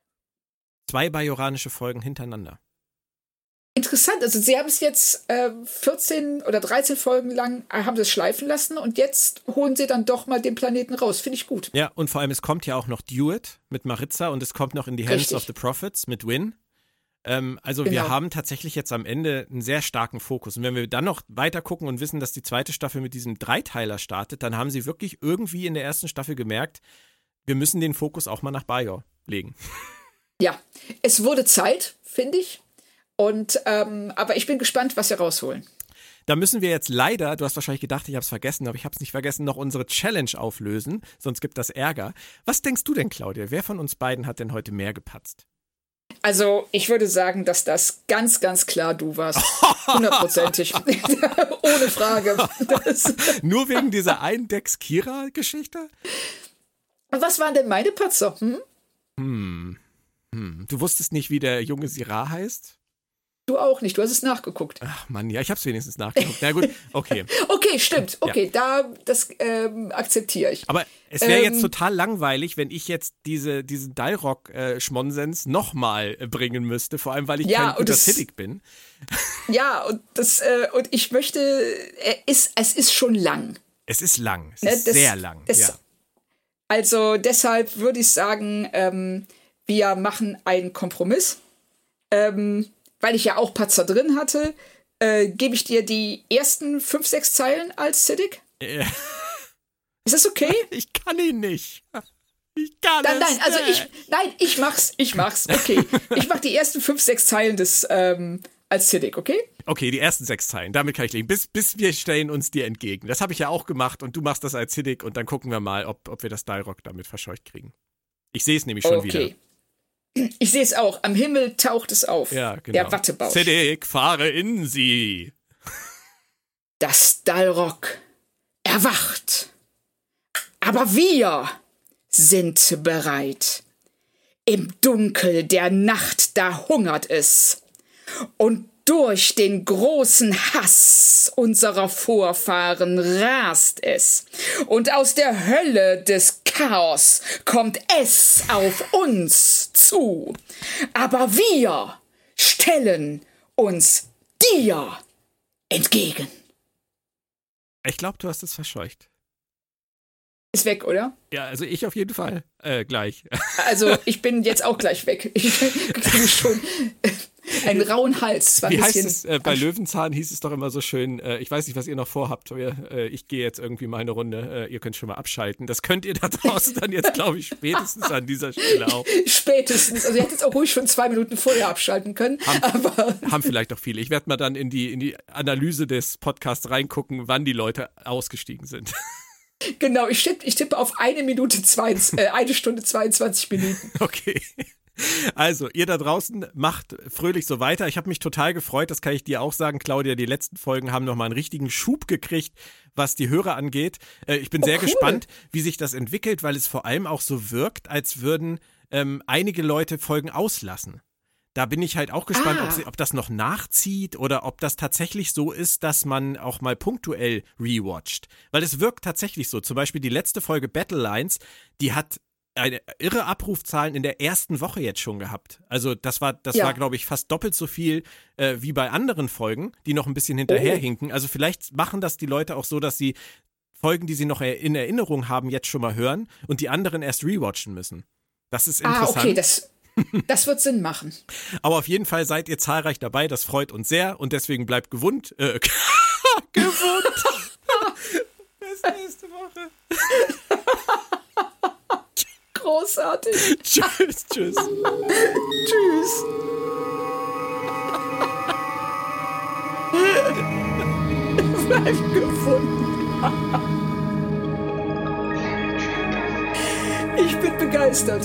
2 bajoranische Folgen hintereinander. Interessant, also sie haben es jetzt 14 oder 13 Folgen lang haben sie es schleifen lassen und jetzt holen sie dann doch mal den Planeten raus. Finde ich gut. Ja, und vor allem es kommt ja auch noch Duet mit Maritza und es kommt noch in die Hands of the Prophets mit Win. Also wir haben tatsächlich jetzt am Ende einen sehr starken Fokus. Und wenn wir dann noch weiter gucken und wissen, dass die zweite Staffel mit diesem Dreiteiler startet, dann haben sie wirklich irgendwie in der ersten Staffel gemerkt, wir müssen den Fokus auch mal nach Bajor legen. Ja, es wurde Zeit, finde ich. Und aber ich bin gespannt, was sie rausholen. Da müssen wir jetzt leider, du hast wahrscheinlich gedacht, ich habe es vergessen, aber ich habe es nicht vergessen, noch unsere Challenge auflösen, sonst gibt das Ärger. Was denkst du denn, Claudia? Wer von uns beiden hat denn heute mehr gepatzt? Also ich würde sagen, dass das ganz, ganz klar du warst. 100%ig. Ohne Frage. Nur wegen dieser Eindex-Kira-Geschichte? Was waren denn meine Patzer? Du wusstest nicht, wie der junge Syrah heißt? Du auch nicht, du hast es nachgeguckt. Ach Mann, ja, ich hab's wenigstens nachgeguckt. Na gut, okay. Okay, stimmt. Okay, das akzeptiere ich. Aber es wäre jetzt total langweilig, wenn ich jetzt diesen Dalrock-Schmonsens nochmal bringen müsste, vor allem, weil ich kein guter Siddiq bin. Ja, und ich möchte, es ist schon lang. Es ist lang, es ist sehr lang, ja. Also deshalb würde ich sagen, wir machen einen Kompromiss. Weil ich ja auch Patzer drin hatte, gebe ich dir die ersten 5, 6 Zeilen als Siddiq? Ist das okay? Ich kann ihn nicht. Ich kann es nicht. Also ich mach's. Okay. Ich mach die ersten 5, 6 Zeilen als Siddiq, okay? Okay, die ersten 6 Zeilen, damit kann ich legen. Bis wir stellen uns dir entgegen. Das habe ich ja auch gemacht und du machst das als Siddiq und dann gucken wir mal, ob wir das Dalrock damit verscheucht kriegen. Ich sehe es nämlich schon wieder. Ich sehe es auch. Am Himmel taucht es auf. Ja, genau. Der Wattebausch. Zedek, fahre in sie. Das Dalrok erwacht. Aber wir sind bereit. Im Dunkel der Nacht, da hungert es. Und durch den großen Hass unserer Vorfahren rast es. Und aus der Hölle des Chaos kommt es auf uns zu. Aber wir stellen uns dir entgegen. Ich glaube, du hast es verscheucht. Ist weg, oder? Ja, also ich auf jeden Fall. Gleich. Also ich bin jetzt auch gleich weg. Ich kriege schon einen rauen Hals. Wie heißt es? Bei Löwenzahn hieß es doch immer so schön, ich weiß nicht, was ihr noch vorhabt. Ich gehe jetzt irgendwie mal eine Runde. Ihr könnt schon mal abschalten. Das könnt ihr da draußen dann jetzt, glaube ich, spätestens an dieser Stelle auch. Spätestens. Also ihr hättet jetzt auch ruhig schon 2 Minuten vorher abschalten können. Haben vielleicht auch viele. Ich werde mal dann in die Analyse des Podcasts reingucken, wann die Leute ausgestiegen sind. Genau, ich tippe auf 1 Stunde 22 Minuten. Okay. Also, ihr da draußen macht fröhlich so weiter. Ich habe mich total gefreut, das kann ich dir auch sagen, Claudia. Die letzten Folgen haben nochmal einen richtigen Schub gekriegt, was die Hörer angeht. Ich bin sehr gespannt, wie sich das entwickelt, weil es vor allem auch so wirkt, als würden einige Leute Folgen auslassen. Da bin ich halt auch gespannt, ob das noch nachzieht oder ob das tatsächlich so ist, dass man auch mal punktuell rewatcht. Weil es wirkt tatsächlich so. Zum Beispiel die letzte Folge Battle Lines, die hat eine irre Abrufzahlen in der ersten Woche jetzt schon gehabt. Also das war, glaube ich, fast doppelt so viel wie bei anderen Folgen, die noch ein bisschen hinterherhinken. Also vielleicht machen das die Leute auch so, dass sie Folgen, die sie noch in Erinnerung haben, jetzt schon mal hören und die anderen erst rewatchen müssen. Das ist interessant. Okay, das wird Sinn machen. Aber auf jeden Fall seid ihr zahlreich dabei, das freut uns sehr und deswegen bleibt gewohnt. Gewohnt. Bis nächste Woche. Großartig. Tschüss. Tschüss. Bleibt gefunden. Ich bin begeistert.